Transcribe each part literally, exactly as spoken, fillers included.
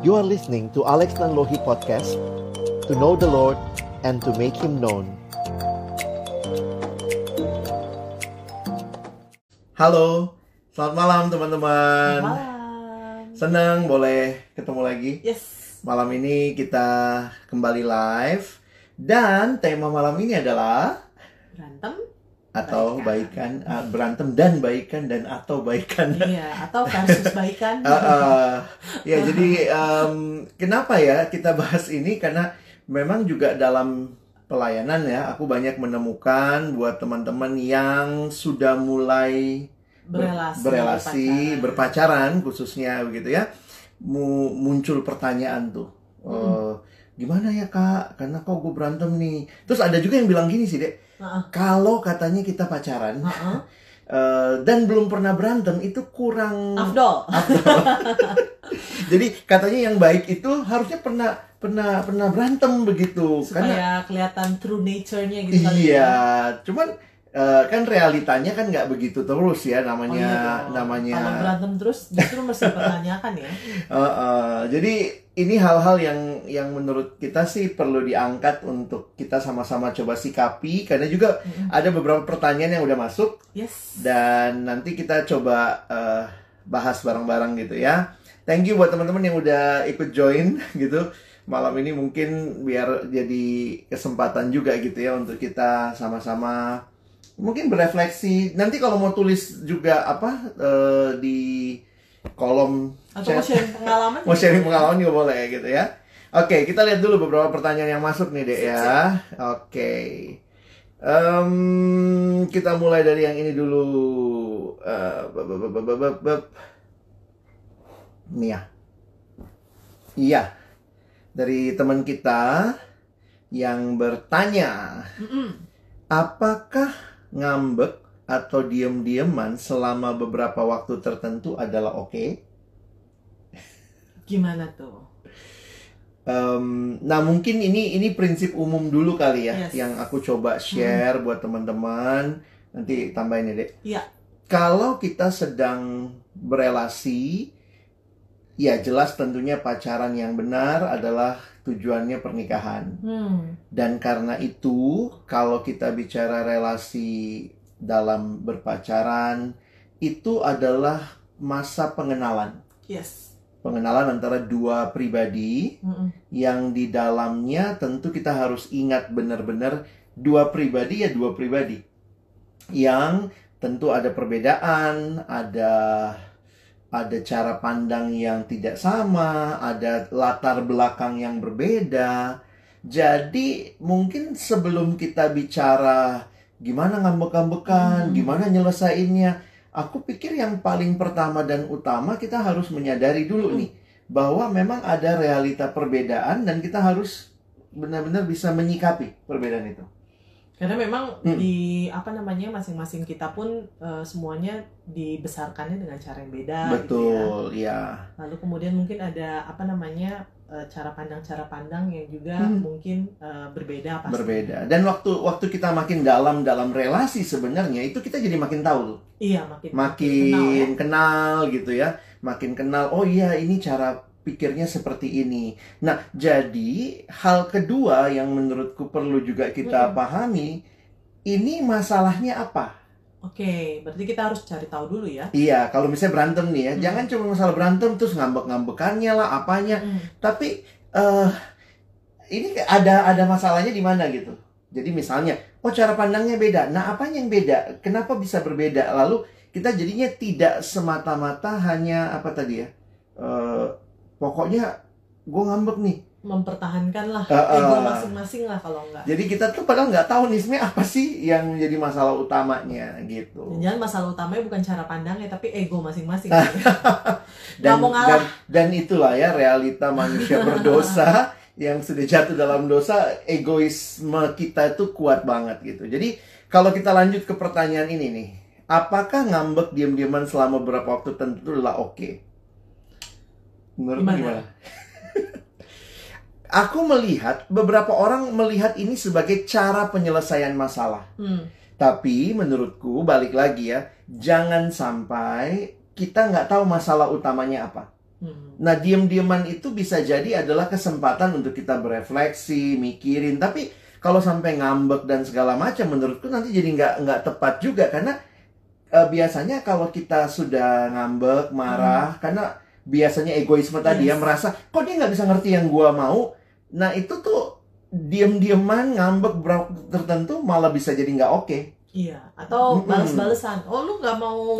You are listening to Alex Nanlohi Podcast, to know the Lord and to make Him known. Halo, selamat malam teman-teman. Malam. Senang boleh ketemu lagi. Yes. Malam ini kita kembali live dan tema malam ini adalah Berantem atau baikan, baikan. uh, berantem dan baikan dan atau baikan. Iya, atau versus baikan. uh, uh, ya jadi um, kenapa ya kita bahas ini, karena memang juga dalam pelayanan ya, aku banyak menemukan buat teman-teman yang sudah mulai berelasi, berelasi berpacaran. berpacaran khususnya begitu ya, mu muncul pertanyaan tuh, uh, gimana ya kak, karena kok gue berantem nih. Terus ada juga yang bilang gini sih dek, Uh-uh. kalau katanya kita pacaran Uh-uh. uh, dan belum pernah berantem itu kurang Afdol. afdol. Jadi katanya yang baik itu harusnya pernah pernah pernah berantem begitu, Supaya karena kelihatan true nature-nya gitu kali iya, ya. cuman uh, kan realitanya kan nggak begitu terus ya, namanya Oh, iya dong. namanya. Kalau berantem terus justru mesti pertanyakan ya. Uh, uh, jadi ini hal-hal yang yang menurut kita sih perlu diangkat untuk kita sama-sama coba sikapi, karena juga Mm-mm. ada beberapa pertanyaan yang udah masuk Yes. dan nanti kita coba uh, bahas bareng-bareng gitu ya. Thank you buat teman-teman yang udah ikut join gitu malam ini, mungkin biar jadi kesempatan juga gitu ya untuk kita sama-sama mungkin berefleksi. Nanti kalau mau tulis juga apa uh, di kolom Atau mau sharing pengalaman. mau sharing pengalaman juga boleh gitu ya. Oke, kita lihat dulu beberapa pertanyaan yang masuk nih dek ya. Oke, um, kita mulai dari yang ini dulu. Uh, bab, bab, bab, bab, bab, bab. Nih ya. Iya, dari teman kita yang bertanya, Mm-mm. apakah ngambek atau diem-dieman selama beberapa waktu tertentu adalah oke? Okay? Gimana tuh? Um, nah mungkin ini ini prinsip umum dulu kali ya, Yes. yang aku coba share hmm. buat teman-teman. Nanti tambahin ya dek. Iya. Kalau kita sedang berelasi, ya jelas tentunya pacaran yang benar adalah tujuannya pernikahan. Hmm. Dan karena itu, kalau kita bicara relasi dalam berpacaran, itu adalah masa pengenalan. Yes. Pengenalan antara dua pribadi Mm-mm. yang di dalamnya tentu kita harus ingat benar-benar dua pribadi ya dua pribadi yang tentu ada perbedaan, ada ada cara pandang yang tidak sama, ada latar belakang yang berbeda. Jadi mungkin sebelum kita bicara gimana ngambek-ngambekan, Hmm. gimana nyelesainnya, aku pikir yang paling pertama dan utama kita harus menyadari dulu nih bahwa memang ada realita perbedaan dan kita harus benar-benar bisa menyikapi perbedaan itu. Karena memang Hmm. di apa namanya masing-masing kita pun uh, semuanya dibesarkannya dengan cara yang beda gitu ya. Betul, ya. Lalu kemudian mungkin ada apa namanya uh, cara pandang cara pandang yang juga Hmm. mungkin uh, berbeda pasti. Berbeda. Dan waktu waktu kita makin dalam dalam relasi sebenarnya itu kita jadi makin tahu tuh. Iya, makin Makin kenal ya. kenal gitu ya. Makin kenal, oh iya ini cara pikirnya seperti ini. Nah, jadi hal kedua yang menurutku perlu juga kita Hmm. pahami, ini masalahnya apa? Oke, berarti kita harus cari tahu dulu ya. Iya, kalau misalnya berantem nih ya, Hmm. jangan cuma masalah berantem terus ngambek-ngambekannya lah, apanya. Hmm. Tapi eh ini ada ada masalahnya di mana gitu. Jadi misalnya, oh cara pandangnya beda. Nah, apanya yang beda? Kenapa bisa berbeda? Lalu kita jadinya tidak semata-mata hanya apa tadi ya? Eh, pokoknya gue ngambek nih. Mempertahankan lah Uh, uh. ego masing-masing lah kalau enggak. Jadi kita tuh padahal nggak tahu nih sebenarnya apa sih yang menjadi masalah utamanya gitu. Dan jangan masalah utamanya bukan cara pandangnya tapi ego masing-masing. dan, Nggak mau ngalah. dan dan itulah ya realita manusia berdosa yang sudah jatuh dalam dosa, egoisme kita itu kuat banget gitu. Jadi kalau kita lanjut ke pertanyaan ini nih, apakah ngambek diam-diaman selama beberapa waktu tentu adalah oke? Okay? Menurut Gimana? gimana? Aku melihat beberapa orang melihat ini sebagai cara penyelesaian masalah. Hmm. Tapi menurutku balik lagi ya, jangan sampai kita nggak tahu masalah utamanya apa. Hmm. Nah, diem-dieman itu bisa jadi adalah kesempatan untuk kita berefleksi, mikirin. Tapi kalau sampai ngambek dan segala macam, menurutku nanti jadi nggak nggak tepat juga. Karena eh, biasanya kalau kita sudah ngambek, marah, Hmm. karena biasanya egoisme tadi ya, Yes. merasa kok dia nggak bisa ngerti yang gua mau. Nah, itu tuh diem-dieman ngambek berapa tertentu malah bisa jadi nggak oke. Iya, atau Mm-mm. balas-balesan. Oh, lu nggak mau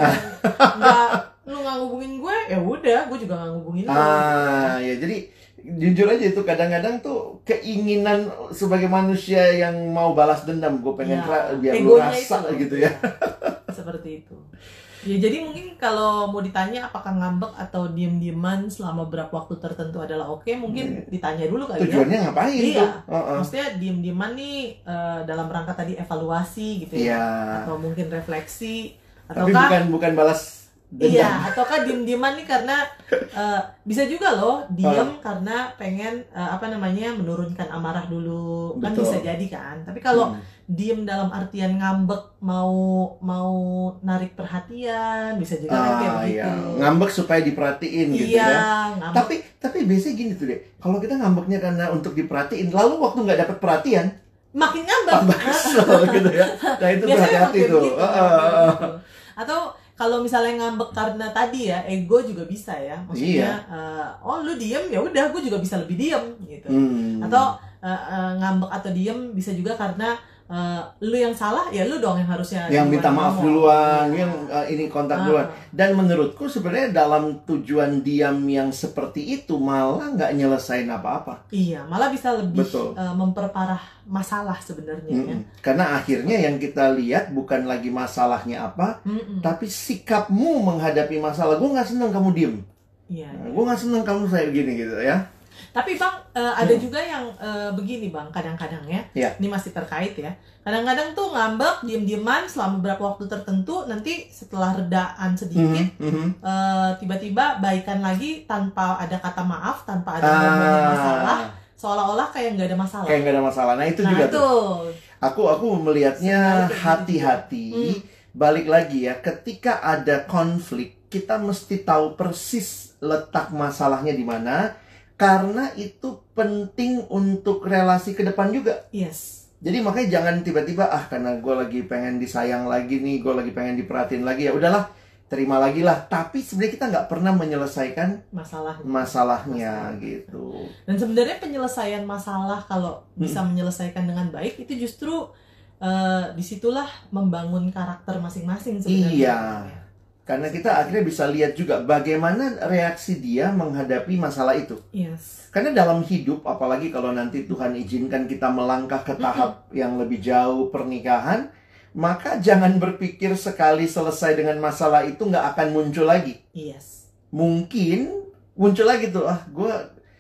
nggak lu nggak ngubungin gue, ya udah, gue juga nggak ngubungin lu. Ah, ya jadi jujur aja itu kadang-kadang tuh keinginan sebagai manusia yang mau balas dendam, gue pengen Ya, ra- biar lu egonya rasa itu. gitu ya. Seperti itu. Ya, jadi mungkin kalau mau ditanya apakah ngambek atau diem-dieman selama beberapa waktu tertentu adalah oke, mungkin ditanya dulu kali ya. Tujuannya ngapain Iya. tuh? Uh-uh. Maksudnya diem-dieman nih eh, dalam rangka tadi evaluasi gitu ya, Iya. atau mungkin refleksi, Tapi ataukah bukan bukan balas dendam. iya, ataukah diem-dieman nih karena eh, bisa juga loh diem karena pengen eh, apa namanya menurunkan amarah dulu, kan Betul. bisa jadi kan. Tapi kalau Hmm. diem dalam artian ngambek mau mau narik perhatian, bisa juga kan kayak Ah, begitu. iya. Ngambek supaya diperhatiin gitu Iya, ya. ngambek. Tapi tapi biasanya gini tuh deh. Kalau kita ngambeknya karena untuk diperhatiin, lalu waktu nggak dapat perhatian, makin ngambek. tambah kesel gitu ya. Nah itu Biasanya hati-hati kayak tuh. begitu, Ah, kayak ah, ah. begitu. Atau kalau misalnya ngambek karena tadi ya ego juga bisa ya, maksudnya eh, oh lu diem ya udah gue juga bisa lebih diem gitu. Hmm. Atau eh, eh, ngambek atau diem bisa juga karena eh, lu yang salah ya lu dong yang harusnya yang duluan minta maaf ngomong. duluan, Iya. yang uh, ini kontak Ah. duluan. Dan menurutku sebenarnya dalam tujuan diam yang seperti itu malah nggak nyelesain apa-apa. Iya, malah bisa lebih Betul. eh, memperparah masalah sebenarnya ya. Mm-mm. Karena akhirnya yang kita lihat bukan lagi masalahnya apa, Mm-mm. tapi sikapmu menghadapi masalah. Gue nggak seneng kamu diem. Iya. Nah, gue nggak seneng kamu kayak gini gitu ya. Tapi Bang, eh, ada Hmm. juga yang eh, begini Bang, kadang-kadang ya. Iya. Ini masih terkait ya. Kadang-kadang tuh ngambek, diem-dieman selama beberapa waktu tertentu, nanti setelah redaan sedikit, Mhm, mhm. eh, tiba-tiba baikan lagi tanpa ada kata maaf, tanpa ada ngomongin masalah, Ah, seolah-olah kayak nggak ada masalah. kayak nggak ada masalah. Nah itu Nah juga itu, tuh. Aku aku melihatnya Sebenarnya kayak gitu hati-hati. Hmm. Balik lagi ya, ketika ada konflik, kita mesti tahu persis letak masalahnya di mana, karena itu penting untuk relasi ke depan juga. yes. Jadi makanya jangan tiba-tiba ah karena gue lagi pengen disayang lagi nih, gue lagi pengen diperhatiin lagi, ya udahlah terima lagi lah. Tapi sebenarnya kita nggak pernah menyelesaikan Masalahnya. masalahnya Masalah. gitu. Dan sebenarnya penyelesaian masalah kalau bisa menyelesaikan dengan baik itu justru eh, disitulah membangun karakter masing-masing sebenarnya. Iya. Karena kita akhirnya bisa lihat juga bagaimana reaksi dia menghadapi masalah itu. Yes. Karena dalam hidup, apalagi kalau nanti Tuhan izinkan kita melangkah ke tahap yang lebih jauh pernikahan, maka jangan berpikir sekali selesai dengan masalah itu nggak akan muncul lagi. Yes. Mungkin muncul lagi tuh, ah gue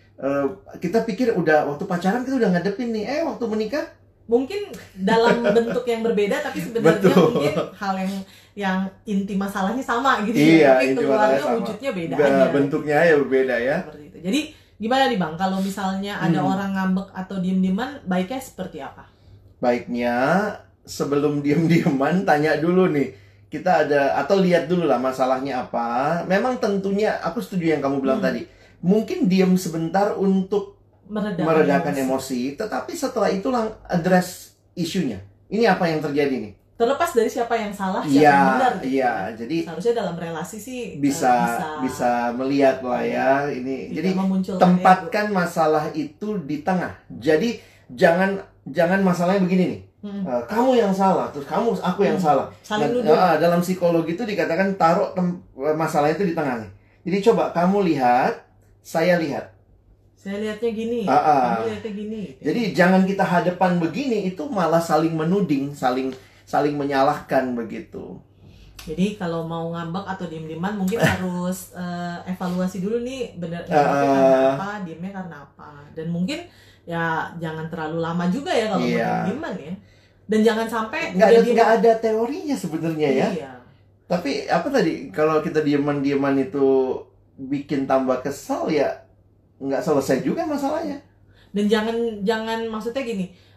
kita pikir udah waktu pacaran kita udah ngadepin nih, eh waktu menikah Mungkin dalam bentuk yang berbeda tapi sebenarnya Betul. mungkin hal yang yang inti masalahnya sama gitu Iya, ya. Tapi inti masalahnya keluarnya sama. wujudnya beda Be- aja. bentuknya ya berbeda ya. Seperti itu. Jadi gimana nih Bang kalau misalnya ada Hmm. orang ngambek atau diem-dieman baiknya seperti apa? Baiknya sebelum diem-dieman tanya dulu nih, kita ada atau lihat dulu lah masalahnya apa. Memang tentunya aku setuju yang kamu bilang Hmm. tadi. Mungkin diem sebentar untuk Meredakan, meredakan emosi. emosi, tetapi setelah itu lang address isunya. Ini apa yang terjadi nih? Terlepas dari siapa yang salah, siapa Iya, yang benar. gitu. iya. Jadi Seharusnya dalam relasi sih eh, bisa bisa, bisa melihat lah ya. Ini tidak jadi memunculkan tempatkan masalah itu di tengah. Jadi jangan jangan masalahnya begini nih. ego. Hmm. Eh, kamu yang salah, terus kamu aku yang Hmm. salah. Saling Nah, nuduh. ah, dalam psikologi itu dikatakan taruh tem- masalah itu di tengah nih. Jadi coba kamu lihat, saya lihat. Saya lihatnya gini, Ah, ah. kamu lihatnya gini. gitu. Jadi jangan kita hadapan begini, itu malah saling menuding, saling saling menyalahkan begitu. Jadi kalau mau ngambek atau diem-dieman mungkin harus eh, evaluasi dulu nih bener Ah. ngambeknya karena apa, diemnya karena apa. Dan mungkin ya jangan terlalu lama juga ya kalau mau Iya. diem-dieman ya. Dan jangan sampai Nggak ada udah diem- nggak ada teorinya sebenarnya ya. Iya. Tapi apa tadi kalau kita dieman-dieman itu bikin tambah kesal ya nggak selesai juga masalahnya. Dan jangan jangan maksudnya gini,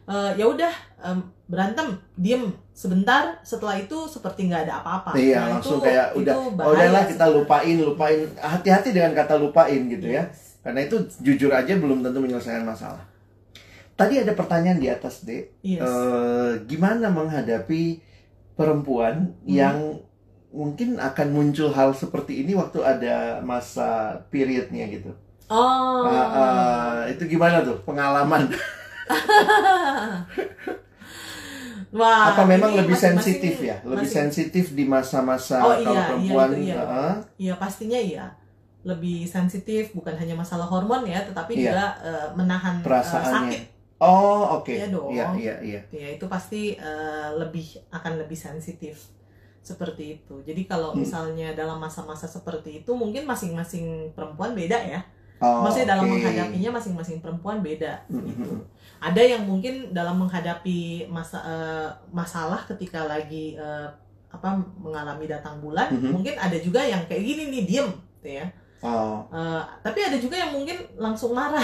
eh, ya udah em, berantem, diem sebentar, setelah itu seperti nggak ada apa-apa. Iya, Nah, langsung itu- kayak itu udah, bahaya oh udahlah kita sebenarnya. lupain, lupain. Hati-hati dengan kata lupain gitu ya. Yes. Karena itu jujur aja belum tentu menyelesaikan masalah. Tadi ada pertanyaan di atas, Dek. Yes. Eh, gimana menghadapi perempuan Hmm. yang mungkin akan muncul hal seperti ini waktu ada masa periodnya gitu. Oh. Ah, ah, itu gimana tuh pengalaman? Wah, Apa memang ini lebih masing-masing- sensitif ya? Lebih masing- sensitif di masa-masa Oh, kalau iya, perempuan? iya, itu iya. ah, Iya, pastinya iya. Lebih sensitif, bukan hanya masalah hormon ya, tetapi Iya. juga eh, menahan eh, perasaannya. sakit. Oh, oke. Iya dong. Iya, iya, iya. Ya, itu pasti eh, lebih akan lebih sensitif seperti itu. Jadi kalau Hmm. misalnya dalam masa-masa seperti itu, mungkin masing-masing perempuan beda ya. Oh, Maksudnya dalam oke. menghadapinya masing-masing perempuan beda. Hmm, Gitu. hmm, hmm. Ada yang mungkin dalam menghadapi masa eh, masalah ketika lagi eh, apa mengalami datang bulan, Mhm. mungkin ada juga yang kayak gini nih, diem, gitu ya. Oh, Eh, tapi ada juga yang mungkin langsung marah.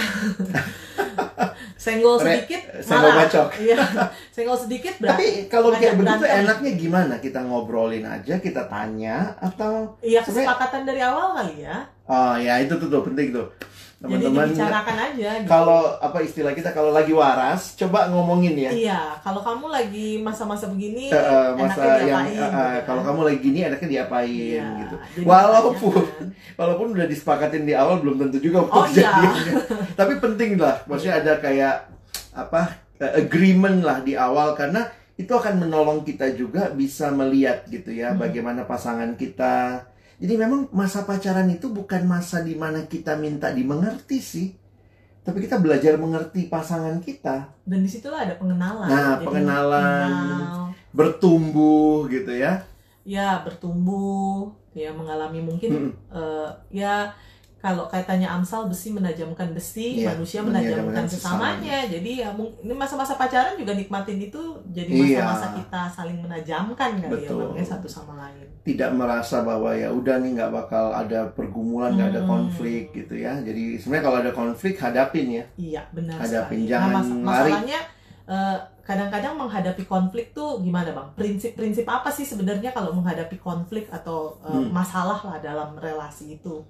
Senggol Re- sedikit, senggol marah. bacok. Iya, senggol sedikit berarti. tapi kalau banyak kayak begitu berantem. enaknya gimana? Kita ngobrolin aja, kita tanya atau? Iya, Sebenarnya- kesepakatan dari awal kali ya. Oh ya itu tuh, tuh penting tuh. Jadi Teman-teman, dibicarakan aja. Gitu. kalau apa istilah kita kalau lagi waras, coba ngomongin ya. Iya, kalau kamu lagi masa-masa begini, Eh, eh, masa enaknya yang diapain, eh, eh, gitu kalau kan. kamu lagi gini enaknya diapain Iya, gitu. jadi Walaupun ditanyakan. walaupun udah disepakatin di awal belum tentu juga Oh, waktu iya. kejadiannya. Tapi penting lah, maksudnya ada kayak apa eh, agreement lah di awal karena itu akan menolong kita juga bisa melihat gitu ya Hmm. bagaimana pasangan kita. Jadi memang masa pacaran itu bukan masa di mana kita minta dimengerti sih. Tapi kita belajar mengerti pasangan kita, Dan disitulah ada pengenalan. Nah, Jadi pengenalan. kenal, bertumbuh gitu ya. ya bertumbuh, ya mengalami mungkin Mm-mm. eh, ya kalau kaitannya Amsal, besi menajamkan besi, Iya, manusia menajamkan menajamkan sesamanya. Jadi ya mung- ini masa-masa pacaran juga nikmatin itu jadi Iya. masa-masa kita saling menajamkan kali ya Betul. Bang, ya, satu sama lain. Tidak merasa bahwa ya udah nih nggak bakal ada pergumulan, nggak ada Hmm. konflik gitu ya. Jadi sebenarnya kalau ada konflik hadapin ya. Iya, benar Hadapin, sekali. jangan nah, mas- lari. masalahnya eh, kadang-kadang menghadapi konflik tuh gimana Bang? Prinsip-prinsip apa sih sebenarnya kalau menghadapi konflik atau eh, Hmm. masalah lah dalam relasi itu?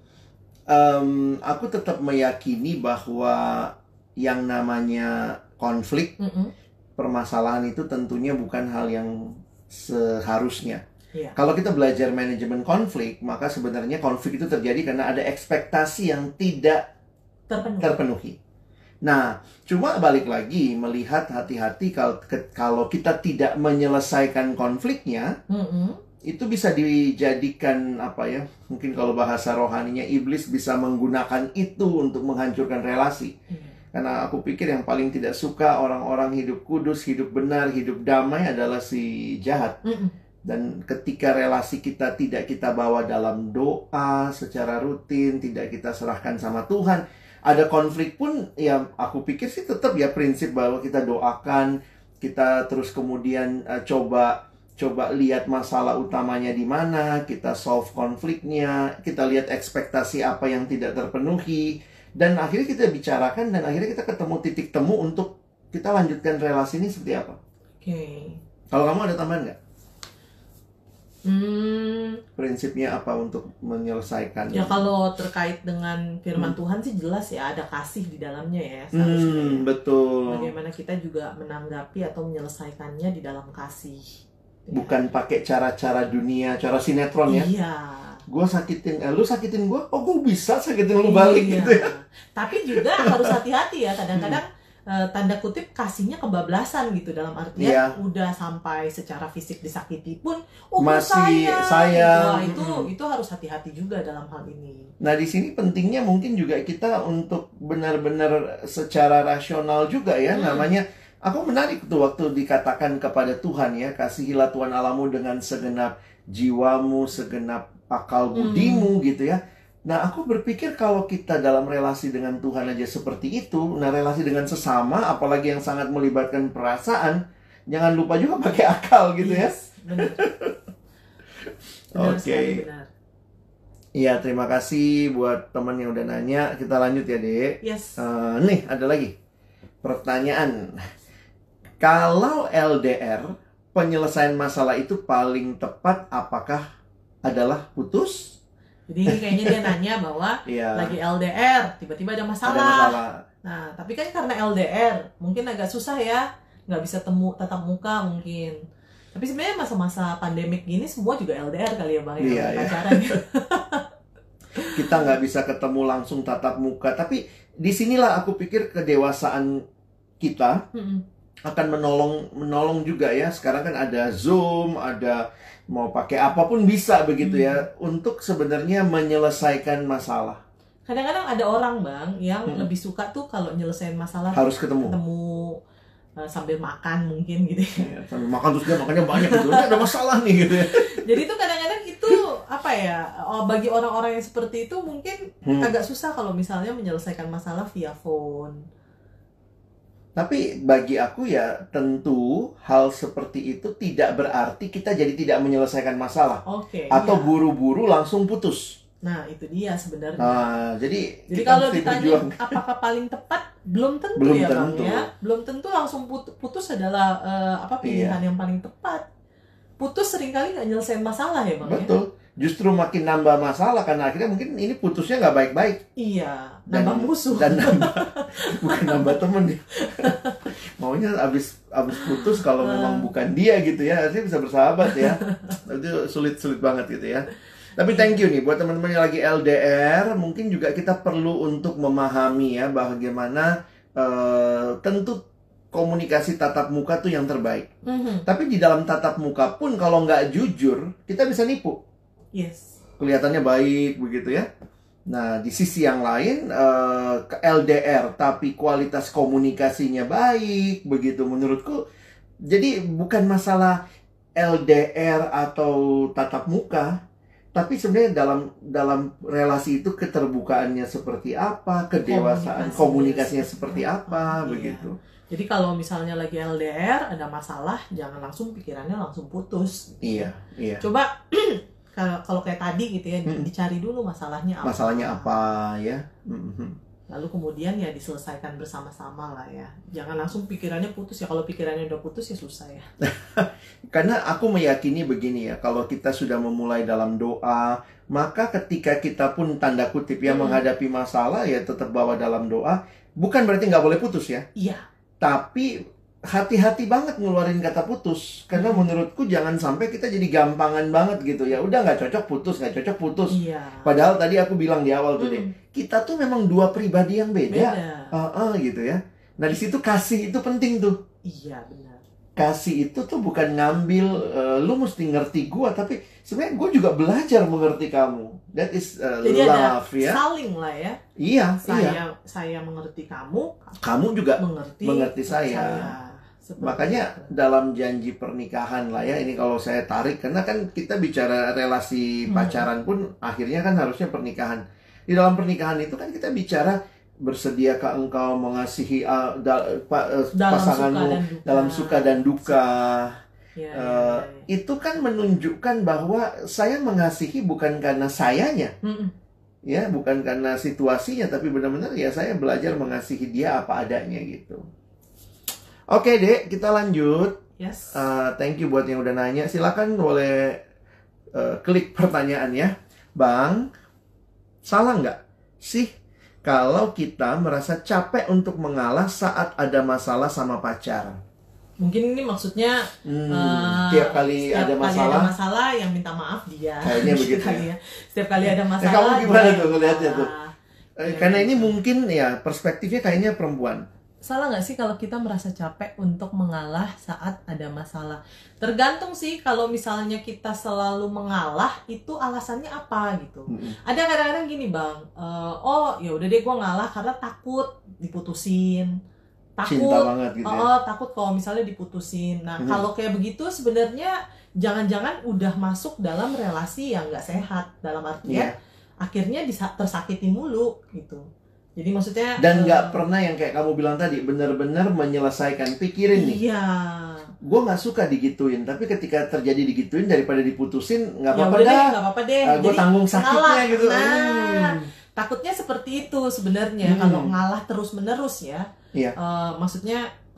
Em, aku tetap meyakini bahwa yang namanya konflik, Mm-mm. permasalahan itu tentunya bukan hal yang seharusnya. Iya. Kalau kita belajar manajemen konflik, maka sebenarnya konflik itu terjadi karena ada ekspektasi yang tidak Terpenuhi. terpenuhi. Nah, cuma balik lagi melihat hati-hati kalau kalau kita tidak menyelesaikan konfliknya, Mm-mm. itu bisa dijadikan apa ya? Mungkin kalau bahasa rohaninya iblis bisa menggunakan itu untuk menghancurkan relasi. Iya. Karena aku pikir yang paling tidak suka orang-orang hidup kudus, hidup benar, hidup damai adalah si jahat. Mm-mm. Dan ketika relasi kita tidak kita bawa dalam doa secara rutin, tidak kita serahkan sama Tuhan, ada konflik pun ya aku pikir sih tetap ya prinsip bahwa kita doakan, kita terus kemudian uh, coba coba lihat masalah utamanya di mana, kita solve konfliknya, kita lihat ekspektasi apa yang tidak terpenuhi, dan akhirnya kita bicarakan dan akhirnya kita ketemu titik temu untuk kita lanjutkan relasi ini seperti apa. Oke. Kalau kamu ada tambahan nggak? Hmm, Prinsipnya apa untuk menyelesaikan? ya kalau terkait dengan firman Hmm. Tuhan sih jelas ya, ada kasih di dalamnya ya seharusnya. Hmm, betul. Bagaimana kita juga menanggapi atau menyelesaikannya di dalam kasih. Ya. Bukan pakai cara-cara dunia, cara sinetron ya. Iya. Gue sakitin, eh, lu sakitin gue, oh gue bisa sakitin lu balik Iya. gitu ya. Tapi juga harus hati-hati ya, kadang-kadang eh, tanda kutip kasihnya kebablasan gitu, dalam artian Iya. udah sampai secara fisik disakiti pun oh Masih sayang, sayang. Wah, itu Mm-mm. itu harus hati-hati juga dalam hal ini. Nah di sini pentingnya mungkin juga kita untuk benar-benar secara rasional juga ya, Hmm. namanya. Aku menarik tuh waktu dikatakan kepada Tuhan ya, kasihilah Tuhan Allahmu dengan segenap jiwamu, segenap akal budimu gitu ya. Nah aku berpikir kalau kita dalam relasi dengan Tuhan aja seperti itu, nah relasi dengan sesama, apalagi yang sangat melibatkan perasaan, jangan lupa juga pakai akal gitu ya. Yes, benar. Benar Oke. sekali, benar. Iya, terima kasih buat teman yang udah nanya. Kita lanjut ya, Dek. Yes. Eh, nih, ada lagi pertanyaan. Kalau L D R, penyelesaian masalah itu paling tepat apakah adalah putus? Jadi kayaknya dia nanya bahwa Iya. lagi L D R, tiba-tiba ada masalah. Ada masalah. Nah, tapi kan karena L D R, mungkin agak susah ya, nggak bisa temu tatap muka mungkin. Tapi sebenarnya masa-masa pandemik gini semua juga L D R kali ya Bang, ya, Iya, iya. pacaran. Kita nggak bisa ketemu langsung tatap muka. Tapi disinilah aku pikir kedewasaan kita Mm-mm. akan menolong menolong juga ya. Sekarang kan ada Zoom, ada mau pakai apapun bisa begitu ya, untuk sebenarnya menyelesaikan masalah. Kadang-kadang ada orang Bang yang Hmm. lebih suka tuh kalau nyelesain masalah Harus ketemu. ketemu uh, sambil makan mungkin gitu ya. Ya, sambil makan terus dia makannya banyak gitu. Ini ada masalah nih gitu ya. Jadi itu kadang-kadang itu apa ya, oh, bagi orang-orang yang seperti itu mungkin Hmm. agak susah kalau misalnya menyelesaikan masalah via phone. Tapi bagi aku ya tentu hal seperti itu tidak berarti kita jadi tidak menyelesaikan masalah. Oke. Atau iya. buru-buru langsung putus. Nah, itu dia sebenarnya. Nah, jadi Jadi kita kalau mesti ditanya berjuang. apakah paling tepat, belum tentu Belum ya tentu. Bang ya. Belum tentu langsung put- putus adalah eh, apa pilihan Iya. yang paling tepat. Putus seringkali nggak nyelesain masalah ya Bang ya. Betul. Justru makin nambah masalah karena akhirnya mungkin ini putusnya nggak baik-baik. Iya, Dan- nambah musuh. Dan nambah, bukan nambah temen nih. Maunya abis abis putus kalau memang bukan dia gitu ya, harusnya bisa bersahabat ya. Itu sulit-sulit banget gitu ya. Tapi thank you nih buat teman-teman yang lagi L D R, mungkin juga kita perlu untuk memahami ya bagaimana eh, tentu komunikasi tatap muka tuh yang terbaik. Mhm. Tapi di dalam tatap muka pun kalau nggak jujur, kita bisa nipu. Yes. Kelihatannya baik begitu ya. Nah, di sisi yang lain eh, ke L D R tapi kualitas komunikasinya baik begitu menurutku. Jadi bukan masalah L D R atau tatap muka, tapi sebenarnya dalam dalam relasi itu keterbukaannya seperti apa, kedewasaan Komunikasinya komunikasinya seperti seperti apa apa, begitu. Jadi kalau misalnya lagi L D R ada masalah, jangan langsung pikirannya langsung putus. Iya, iya. Coba kalau kalau kayak tadi gitu ya, Mm. dicari dulu masalahnya apa. Masalahnya apa ya? Mhm. Lalu kemudian ya diselesaikan bersama-sama lah ya. Jangan langsung pikirannya putus ya. Kalau pikirannya udah putus ya susah ya. Karena aku meyakini begini ya, kalau kita sudah memulai dalam doa, maka ketika kita pun tanda kutip ya Hmm. menghadapi masalah ya tetap bawa dalam doa. Bukan berarti nggak boleh putus ya, Iya. tapi hati-hati banget ngeluarin kata putus. Karena menurutku jangan sampai kita jadi gampangan banget gitu ya. Udah nggak cocok putus, nggak cocok putus. Iya. Padahal tadi aku bilang di awal tuh deh, Hmm. kita tuh memang dua pribadi yang beda. Beda. Ah, ah, gitu ya. Nah di situ kasih itu penting tuh. Iya benar. Kasih itu tuh bukan ngambil eh, lu mesti ngerti gua, tapi sebenarnya gua juga belajar mengerti kamu. That is uh, Jadi ada love ya. saling lah ya. Iya, Saya iya. saya mengerti kamu, Kamu juga mengerti mengerti saya. Seperti makanya itu. dalam janji pernikahan lah ya, ini kalau saya tarik karena kan kita bicara relasi Hmm. pacaran pun akhirnya kan harusnya pernikahan. Di dalam pernikahan itu kan kita bicara bersediakah engkau mengasihi uh, da- pa- uh, dalam pasanganmu suka dan duka. dalam suka dan duka. Ya, ya, Eh, ya. itu kan menunjukkan bahwa saya mengasihi bukan karena sayanya, Mm-mm. ya, bukan karena situasinya, tapi benar-benar ya saya belajar mengasihi dia apa adanya gitu. Oke, Dek, kita lanjut. Yes. Eh, thank you buat yang udah nanya. Silakan boleh eh, klik pertanyaan ya, Bang. Salah nggak sih kalau kita merasa capek untuk mengalah saat ada masalah sama pacar? Mungkin ini maksudnya Hmm, eh, tiap kali setiap ada kali masalah. ada masalah yang minta maaf dia. Kayaknya Gitu begitu kali ya. ya. Setiap kali ada Eh, masalah. kamu gimana dia tuh yang ngeliatnya minta. tuh? Eh, Ya, karena ini gitu. mungkin ya perspektifnya kayaknya perempuan. Salah nggak sih kalau kita merasa capek untuk mengalah saat ada masalah? Tergantung sih, kalau misalnya kita selalu mengalah itu alasannya apa gitu. Mm-mm. Ada kadang-kadang gini bang, eh, oh ya udah deh gue ngalah karena takut diputusin, Cinta takut, banget gitu ya. oh takut kalau misalnya diputusin. Nah Mhm. kalau kayak begitu sebenarnya jangan-jangan udah masuk dalam relasi yang nggak sehat, dalam artian Iya. akhirnya disa- tersakiti mulu gitu. Jadi maksudnya Dan eh, nggak pernah yang kayak kamu bilang tadi, benar-benar menyelesaikan. Pikirin nih, iya. gue nggak suka digituin, tapi ketika terjadi digituin daripada diputusin, nggak Ya apa-apa udah deh, dah. nggak apa-apa deh. gue Jadi tanggung sakitnya ngalah. gitu. Nah, Hmm. takutnya seperti itu sebenarnya Hmm. kalau ngalah terus-menerus ya. Iya. Eh, maksudnya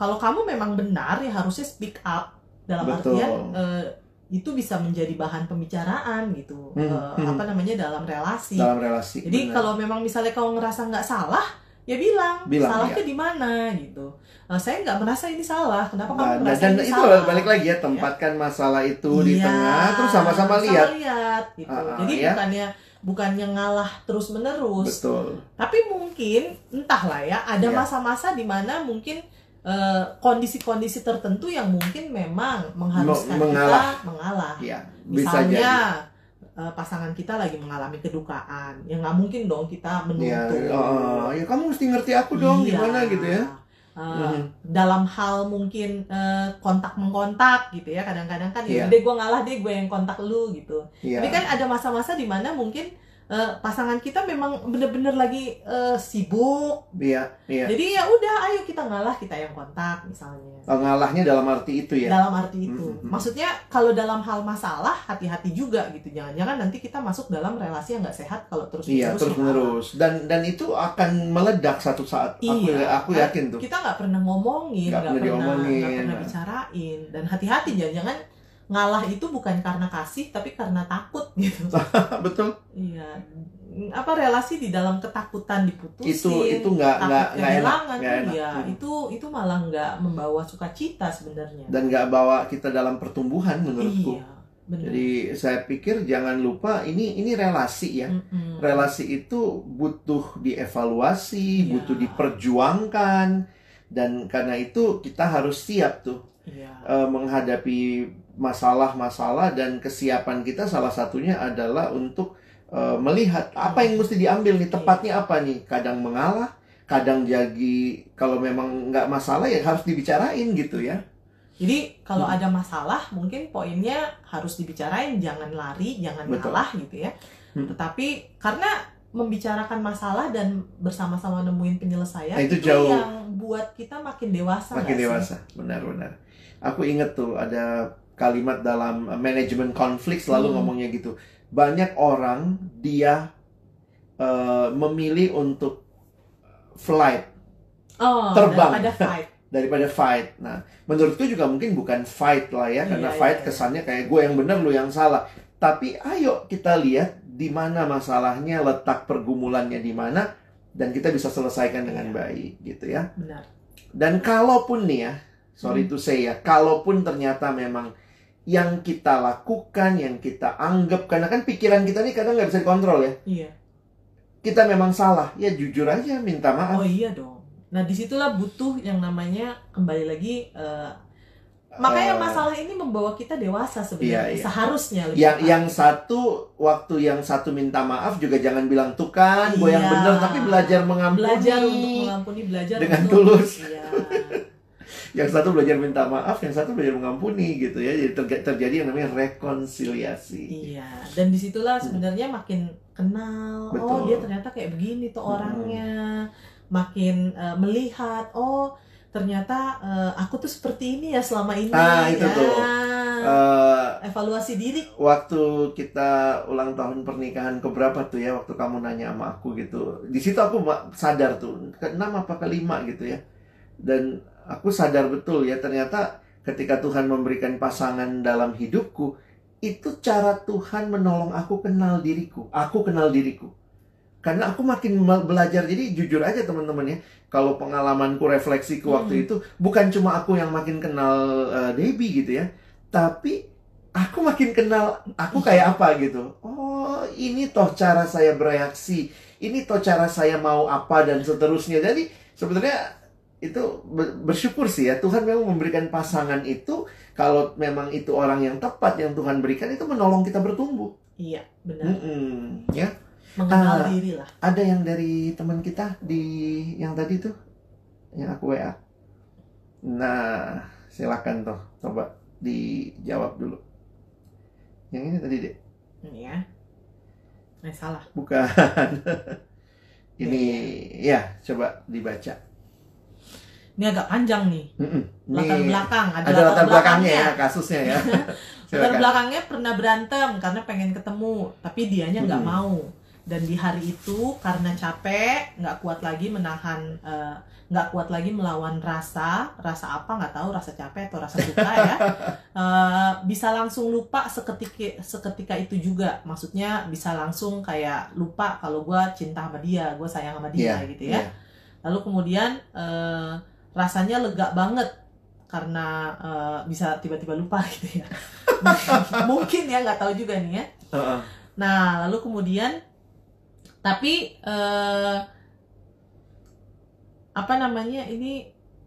kalau kamu memang benar ya harusnya speak up dalam Betul. artian uh, itu bisa menjadi bahan pembicaraan gitu, Hmm, uh, hmm. apa namanya dalam relasi. Dalam relasi. Jadi benar. kalau memang misalnya kau ngerasa nggak salah, ya bilang, Bilang, salahnya iya. di mana gitu. Uh, saya nggak merasa ini salah. Kenapa kamu Nah, merasa dan ini itu salah? balik lagi ya, tempatkan masalah itu di Iya, tengah, terus sama-sama lihat. lihat gitu. Ah, ah, Jadi ya. bukannya bukannya ngalah terus menerus. Betul. Tapi mungkin entahlah ya, ada Iya. masa-masa di mana mungkin eh, kondisi-kondisi tertentu yang mungkin memang mengharuskan Me- mengalah. kita mengalah. Iya, bisa jadi. Misalnya eh, pasangan kita lagi mengalami kedukaan, ya nggak mungkin dong kita Ya, menuntut. oh, ya kamu mesti ngerti aku dong, Iya. gimana gitu ya. Eh, Mhm. Dalam hal mungkin eh, kontak mengkontak gitu ya, kadang-kadang kan Iya. ya udah gue ngalah deh, gue yang kontak lu gitu. Iya. Tapi kan ada masa-masa di mana mungkin eh, pasangan kita memang bener-bener lagi eh, sibuk. Iya, iya. Jadi ya udah, ayo kita ngalah, kita yang kontak misalnya. Oh, ngalahnya dalam arti itu ya. Dalam arti itu. Mm-mm. Maksudnya kalau dalam hal masalah hati-hati juga gitu. Jangan-jangan nanti kita masuk dalam relasi yang nggak sehat kalau terus Iya, terus menerus. Dan dan itu akan meledak satu saat. Aku Iya. aku yakin tuh. Kita nggak pernah ngomongin, Nggak nggak pernah pernah, diomongin. nggak pernah bicarain. Dan hati-hati, jangan-jangan ngalah itu bukan karena kasih tapi karena takut gitu. Betul. Iya, apa relasi di dalam ketakutan diputusin, Itu itu nggak takut nggak nggak enak. kehilangan, Nggak enak. iya, Hmm. itu itu malah nggak membawa sukacita sebenarnya. Dan nggak bawa kita dalam pertumbuhan menurutku. Iya, benar. Jadi saya pikir jangan lupa ini ini relasi ya. Mm-mm. Relasi itu butuh dievaluasi, Iya. butuh diperjuangkan, dan karena itu kita harus siap tuh Iya. eh, menghadapi masalah-masalah, dan kesiapan kita salah satunya adalah untuk eh, melihat apa yang mesti diambil nih, tepatnya apa nih. Kadang mengalah, kadang jadi kalau memang nggak masalah ya harus dibicarain gitu ya. Jadi kalau Hmm. ada masalah mungkin poinnya harus dibicarain, jangan lari, jangan Betul. ngalah gitu ya. Hmm. Tetapi karena membicarakan masalah dan bersama-sama nemuin penyelesaian Nah, itu jauh. yang buat kita makin dewasa. Makin nggak sih? dewasa, benar-benar. Aku inget tuh ada kalimat dalam uh, manajemen konflik selalu Hmm. ngomongnya gitu. Banyak orang dia uh, memilih untuk flight Oh, Terbang. daripada fight. daripada fight. Nah, menurutku juga mungkin bukan fight lah ya, karena Iya, fight iya. kesannya kayak gue yang benar lu yang salah. Tapi ayo kita lihat di mana masalahnya, letak pergumulannya di mana, dan kita bisa selesaikan dengan Iya. baik gitu ya. Benar. Dan kalaupun nih ya, sorry Hmm. to say ya, kalaupun ternyata memang yang kita lakukan, yang kita anggap, karena kan pikiran kita nih kadang nggak bisa dikontrol ya. Iya. Kita memang salah, ya jujur aja minta maaf. Oh iya dong. Nah disitulah butuh yang namanya kembali lagi. eh, makanya Eh, masalah ini membawa kita dewasa sebenarnya. Iya, iya. Seharusnya lebih yang tepat. yang satu waktu yang satu minta maaf juga jangan bilang tuh kan gue yang Iya. benar, tapi belajar mengampuni. belajar untuk mengampuni, belajar Dengan untuk tulus. Iya. Yang satu belajar minta maaf, yang satu belajar mengampuni gitu ya. Jadi terja- terjadi yang namanya rekonsiliasi. Iya, dan disitulah sebenarnya makin kenal. Oh, Betul. dia ternyata kayak begini tuh Hmm. orangnya. Makin eh, melihat, oh ternyata eh, aku tuh seperti ini ya selama ini. Ah, itu Ya. tuh. Eh, Evaluasi diri. waktu kita ulang tahun pernikahan keberapa tuh ya, waktu kamu nanya sama aku gitu, di situ aku ma- sadar tuh keenam apa kelima gitu ya, dan aku sadar betul ya, ternyata ketika Tuhan memberikan pasangan dalam hidupku, itu cara Tuhan menolong aku kenal diriku, aku kenal diriku, karena aku makin me- belajar. Jadi jujur aja teman-teman ya, kalau pengalamanku, refleksiku waktu Hmm. itu, bukan cuma aku yang makin kenal eh, Debbie gitu ya, tapi aku makin kenal aku kayak apa gitu. Oh, ini toh cara saya bereaksi. Ini toh cara saya mau apa dan seterusnya. Jadi sebenarnya itu ber- bersyukur sih ya. Tuhan memang memberikan pasangan itu. Kalau memang itu orang yang tepat yang Tuhan berikan, itu menolong kita bertumbuh. Iya, benar. Mm-mm, ya. Mengenal Ah. diri lah. Ada yang dari teman kita di yang tadi tuh, yang aku W A. Nah, silakan toh, coba dijawab dulu. Yang ini tadi deh. Ini ya. Nah, salah. Bukan. Ini ya, coba dibaca. Ini agak panjang nih. Mm-mm. Latar Ini belakang. Ada, ada latar belakangnya ya, kasusnya ya. Latar Silakan. belakangnya pernah berantem karena pengen ketemu, tapi dianya nggak Mm-mm. mau. Dan di hari itu karena capek, nggak kuat lagi menahan, eh, nggak kuat lagi melawan rasa, rasa apa nggak tahu, rasa capek atau rasa suka ya, eh, bisa langsung lupa seketika seketika itu juga. Maksudnya bisa langsung kayak lupa kalau gue cinta sama dia, gue sayang sama dia Iya, gitu ya. iya. Lalu kemudian eh, rasanya lega banget karena eh, bisa tiba-tiba lupa gitu ya. Mungkin ya, nggak tahu juga nih ya. Heeh. Nah, lalu kemudian tapi eh, apa namanya ini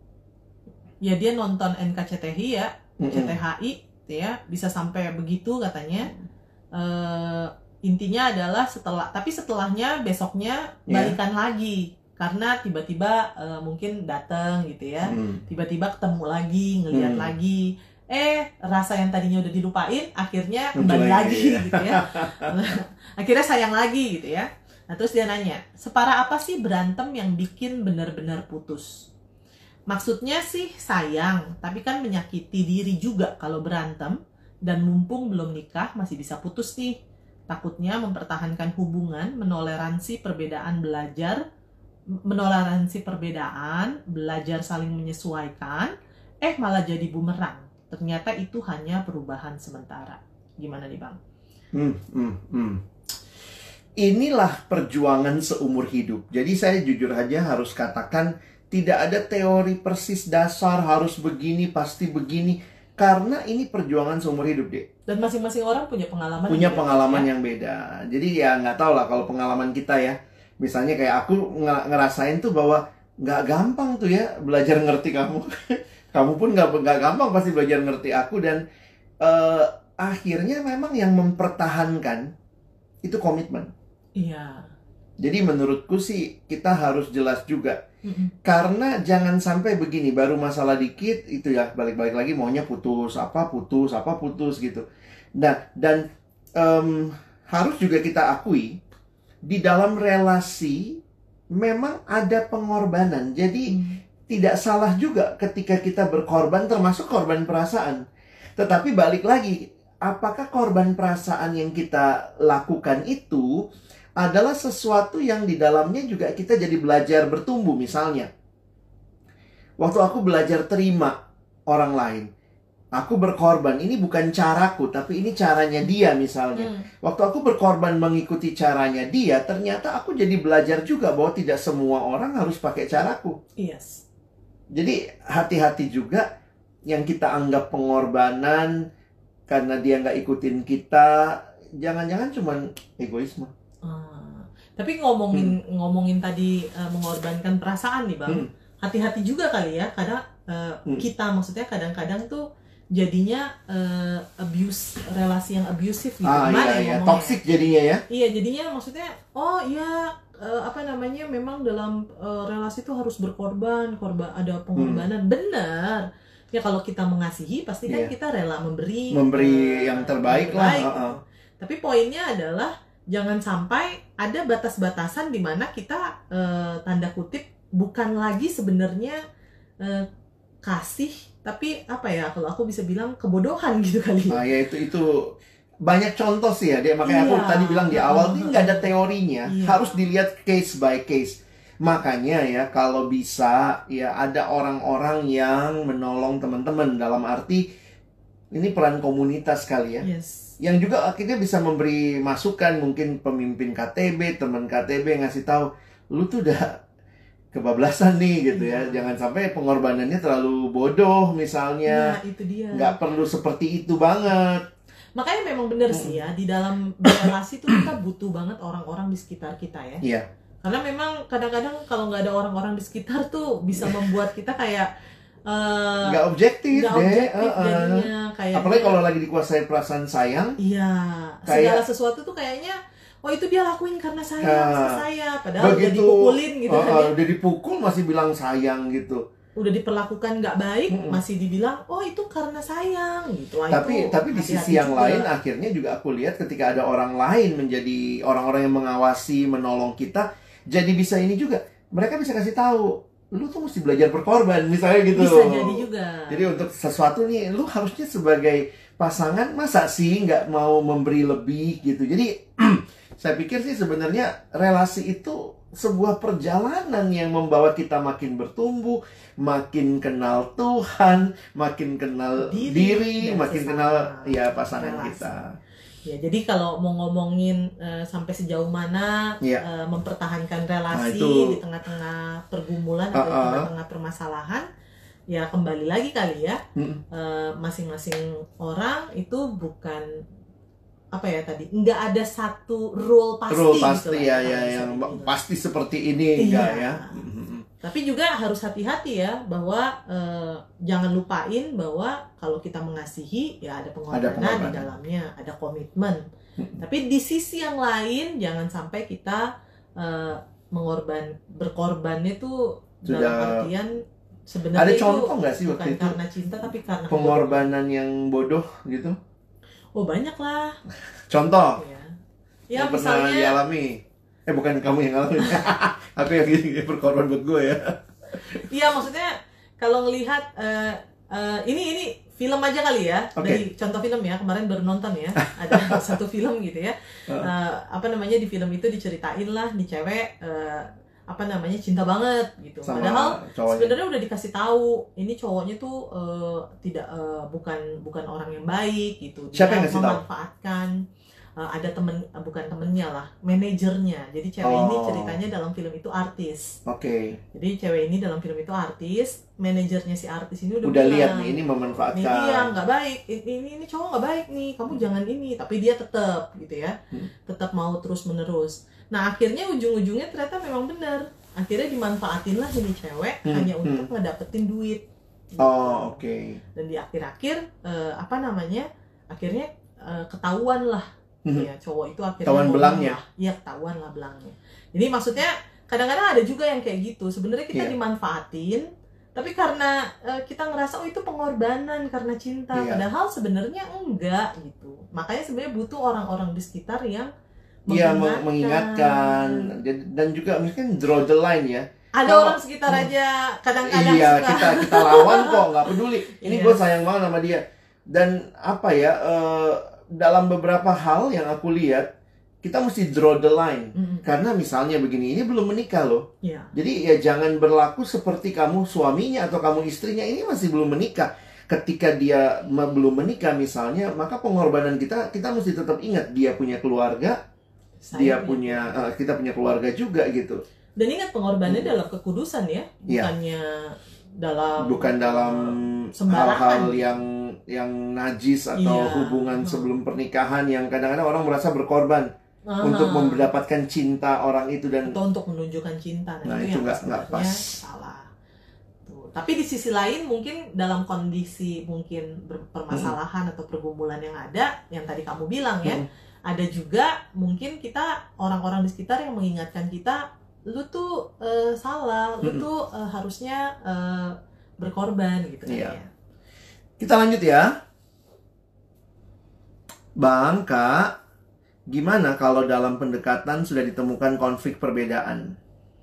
ya, dia nonton N K C T H I ya, Mm-mm. C T H I gitu ya, bisa sampai begitu katanya. Eh, intinya adalah setelah, tapi setelahnya besoknya Iya. balikan lagi karena tiba-tiba eh, mungkin datang gitu ya, Mm. tiba-tiba ketemu lagi, ngelihat Hmm. lagi, eh rasa yang tadinya udah dilupain akhirnya Muncul kembali lagi, lagi ya. gitu ya. Akhirnya sayang lagi gitu ya. Nah, terus dia nanya, separah apa sih berantem yang bikin benar-benar putus? Maksudnya sih sayang, tapi kan menyakiti diri juga kalau berantem, dan mumpung belum nikah masih bisa putus nih. Takutnya mempertahankan hubungan, menoleransi perbedaan belajar, menoleransi perbedaan, belajar saling menyesuaikan, eh malah jadi bumerang. Ternyata itu hanya perubahan sementara. Gimana nih Bang? Hmm, hmm, hmm. Inilah perjuangan seumur hidup. Jadi saya jujur aja harus katakan tidak ada teori persis dasar harus begini, pasti begini. Karena ini perjuangan seumur hidup, Dek. Dan masing-masing orang punya pengalaman Punya yang beda, pengalaman ya? yang beda. Jadi ya nggak tahu lah kalau pengalaman kita ya. Misalnya kayak aku nge- ngerasain tuh bahwa nggak gampang tuh ya belajar ngerti kamu. Kamu pun nggak nggak gampang pasti belajar ngerti aku. Dan eh, akhirnya memang yang mempertahankan itu komitmen. Iya. Jadi menurutku sih kita harus jelas juga. Mm-mm. Karena jangan sampai begini, baru masalah dikit itu ya balik-balik lagi maunya putus, apa putus, apa putus gitu. Nah, dan em, harus juga kita akui di dalam relasi memang ada pengorbanan. Jadi Hmm. tidak salah juga ketika kita berkorban, termasuk korban perasaan. Tetapi balik lagi, apakah korban perasaan yang kita lakukan itu adalah sesuatu yang di dalamnya juga kita jadi belajar bertumbuh. Misalnya, waktu aku belajar terima orang lain, aku berkorban, ini bukan caraku, tapi ini caranya dia misalnya. Hmm. Waktu aku berkorban mengikuti caranya dia, ternyata aku jadi belajar juga bahwa tidak semua orang harus pakai caraku. Yes. Jadi hati-hati juga yang kita anggap pengorbanan karena dia nggak ikutin kita, jangan-jangan cuman egoisme. Ah. Tapi ngomongin ngomongin tadi eh, mengorbankan perasaan nih Bang, Hmm. hati-hati juga kali ya, kadang eh, Hmm. kita maksudnya kadang-kadang tuh jadinya eh, abuse, relasi yang abusive gitu. Ah Gimana iya, ya iya. ngomongnya? Toxic jadinya ya. Iya, jadinya maksudnya, oh iya, eh, apa namanya, memang dalam eh, relasi itu harus berkorban, korban, ada pengorbanan, benar. Ya kalau kita mengasihi, pasti kan Iya. kita rela memberi, Memberi eh, yang terbaik lah, terbaik, uh-uh. gitu. Tapi poinnya adalah jangan sampai ada batas-batasan di mana kita eh, tanda kutip bukan lagi sebenarnya eh, kasih, tapi apa ya, kalau aku bisa bilang kebodohan gitu kali. Nah, ya itu itu banyak contoh sih ya, dia makanya aku Iya. tadi bilang di awal ini nggak ada teorinya, Iya. harus dilihat case by case. Makanya ya kalau bisa ya ada orang-orang yang menolong teman-teman, dalam arti ini peran komunitas kali ya. Yes. Yang juga akhirnya bisa memberi masukan, mungkin pemimpin K T B, teman K T B ngasih tahu, lu tuh udah kebablasan nih gitu ya. Iya. Jangan sampai pengorbanannya terlalu bodoh misalnya. Nah, itu dia. Nggak perlu seperti itu banget. Makanya memang benar sih ya, di dalam relasi tuh kita butuh banget orang-orang di sekitar kita ya. Iya. Karena memang kadang-kadang kalau nggak ada orang-orang di sekitar tuh bisa membuat kita kayak eh, Nggak objektif nggak deh. objektif uh-uh. jadinya, kayaknya. Apalagi kalau lagi dikuasai perasaan sayang. Iya, Kayak- segala sesuatu tuh kayaknya, oh itu dia lakuin karena sayang Nah, sama saya, padahal udah begitu dipukulin gitu kan uh-uh, ya. udah dipukul masih bilang sayang gitu. Udah diperlakukan nggak baik, Mm-mm. masih dibilang, oh itu karena sayang gitu. Wah, Tapi itu tapi di hati-hati sisi yang juga. lain akhirnya juga aku lihat ketika ada orang lain menjadi orang-orang yang mengawasi, menolong kita, jadi bisa ini juga. Mereka bisa kasih tahu, lu tuh mesti belajar berkorban misalnya gitu. Bisa jadi juga. Jadi untuk sesuatu nih, lu harusnya sebagai pasangan masa sih nggak mau memberi lebih gitu. Jadi Saya pikir sih sebenarnya relasi itu sebuah perjalanan yang membawa kita makin bertumbuh, makin kenal Tuhan, makin kenal diri, diri makin sesama kenal ya pasangan relasi. kita. Ya, jadi kalau mau ngomongin uh, sampai sejauh mana ya. uh, mempertahankan relasi nah, di tengah-tengah pergumulan uh -uh. atau di tengah-tengah permasalahan, ya kembali lagi kali ya, hmm. uh, masing-masing orang itu bukan apa ya tadi, nggak ada satu rule pasti, rule pasti gitu ya, lah, ya yang gitu. Pasti seperti ini enggak iya. ya. Tapi juga harus hati-hati ya bahwa eh, jangan lupain bahwa kalau kita mengasihi ya ada pengorbanan, ada pengorbanan. Di dalamnya, ada komitmen. Hmm. Tapi di sisi yang lain jangan sampai kita eh, mengorban berkorbannya tuh Sudah... dalam artian sebenarnya ada itu contoh nggak sih bukan waktu itu karena cinta tapi karena pengorbanan yang bodoh gitu? Oh banyak lah. Contoh ya, ya yang misalnya pernah dialami. Eh bukan kamu yang ngalamin. Aku yang gini berkorban buat gue ya. Iya maksudnya kalau ngelihat uh, uh, ini ini film aja kali ya, okay. Dari contoh film ya, kemarin baru nonton ya, ada satu film gitu ya, uh, apa namanya di film itu diceritain lah nih cewek uh, apa namanya cinta banget gitu. Sama padahal sebenarnya udah dikasih tahu ini cowoknya tuh uh, tidak uh, bukan bukan orang yang baik gitu. Dia Siapa yang ngasih memanfaatkan uh, ada temen uh, bukan temennya lah, manajernya. Jadi cewek oh. ini ceritanya dalam film itu artis. Oke. Okay. Jadi cewek ini dalam film itu artis, manajernya si artis ini udah udah lihat nih ini memanfaatkan. Nih dia nggak baik, ini ini cowok nggak baik nih, kamu jangan ini. Tapi dia tetap gitu ya, hmm. tetap mau terus menerus. Nah akhirnya ujung-ujungnya ternyata memang benar. Akhirnya dimanfaatin lah ini cewek hmm, hanya untuk hmm. ngedapetin duit. Gitu. Oh oke. Okay. Dan di akhir-akhir uh, apa namanya? Akhirnya uh, ketahuan lah hmm. ya cowok itu akhirnya ketahuan belangnya. Iya ketahuan lah belangnya. Jadi maksudnya kadang-kadang ada juga yang kayak gitu. Sebenarnya kita yeah. dimanfaatin, tapi karena uh, kita ngerasa oh itu pengorbanan karena cinta. Yeah. Padahal sebenarnya enggak gitu. Makanya sebenarnya butuh orang-orang di sekitar yang Iya mengingatkan dan juga mungkin draw the line ya. Ada oh, orang sekitar oh, aja kadang-kadang iya, suka. kita kita lawan kok nggak peduli. Ini yes. gue sayang banget sama dia. Dan apa ya uh, dalam beberapa hal yang aku lihat kita mesti draw the line mm-hmm. karena misalnya begini ini belum menikah loh. Yeah. Jadi ya jangan berlaku seperti kamu suaminya atau kamu istrinya ini masih belum menikah. Ketika dia belum menikah misalnya maka pengorbanan kita kita mesti tetap ingat dia punya keluarga. Dia Sayang punya, ya. uh, kita punya keluarga juga gitu. Dan ingat pengorbanannya hmm. dalam kekudusan ya, bukannya ya. dalam bukan dalam hal-hal yang yang najis atau ya. hubungan hmm. sebelum pernikahan yang kadang-kadang orang merasa berkorban Aha. untuk mendapatkan cinta orang itu dan atau untuk menunjukkan cinta. Nah, nah itu nggak nggak pas. Salah. Tuh. Tapi di sisi lain mungkin dalam kondisi mungkin permasalahan hmm. atau pergumulan yang ada, yang tadi kamu bilang ya. Hmm. Ada juga mungkin kita orang-orang di sekitar yang mengingatkan kita, lu tuh uh, salah, lu mm-hmm. tuh uh, harusnya uh, berkorban gitu iya. ya. Kita lanjut ya. Bang, Kak, gimana kalau dalam pendekatan sudah ditemukan konflik perbedaan?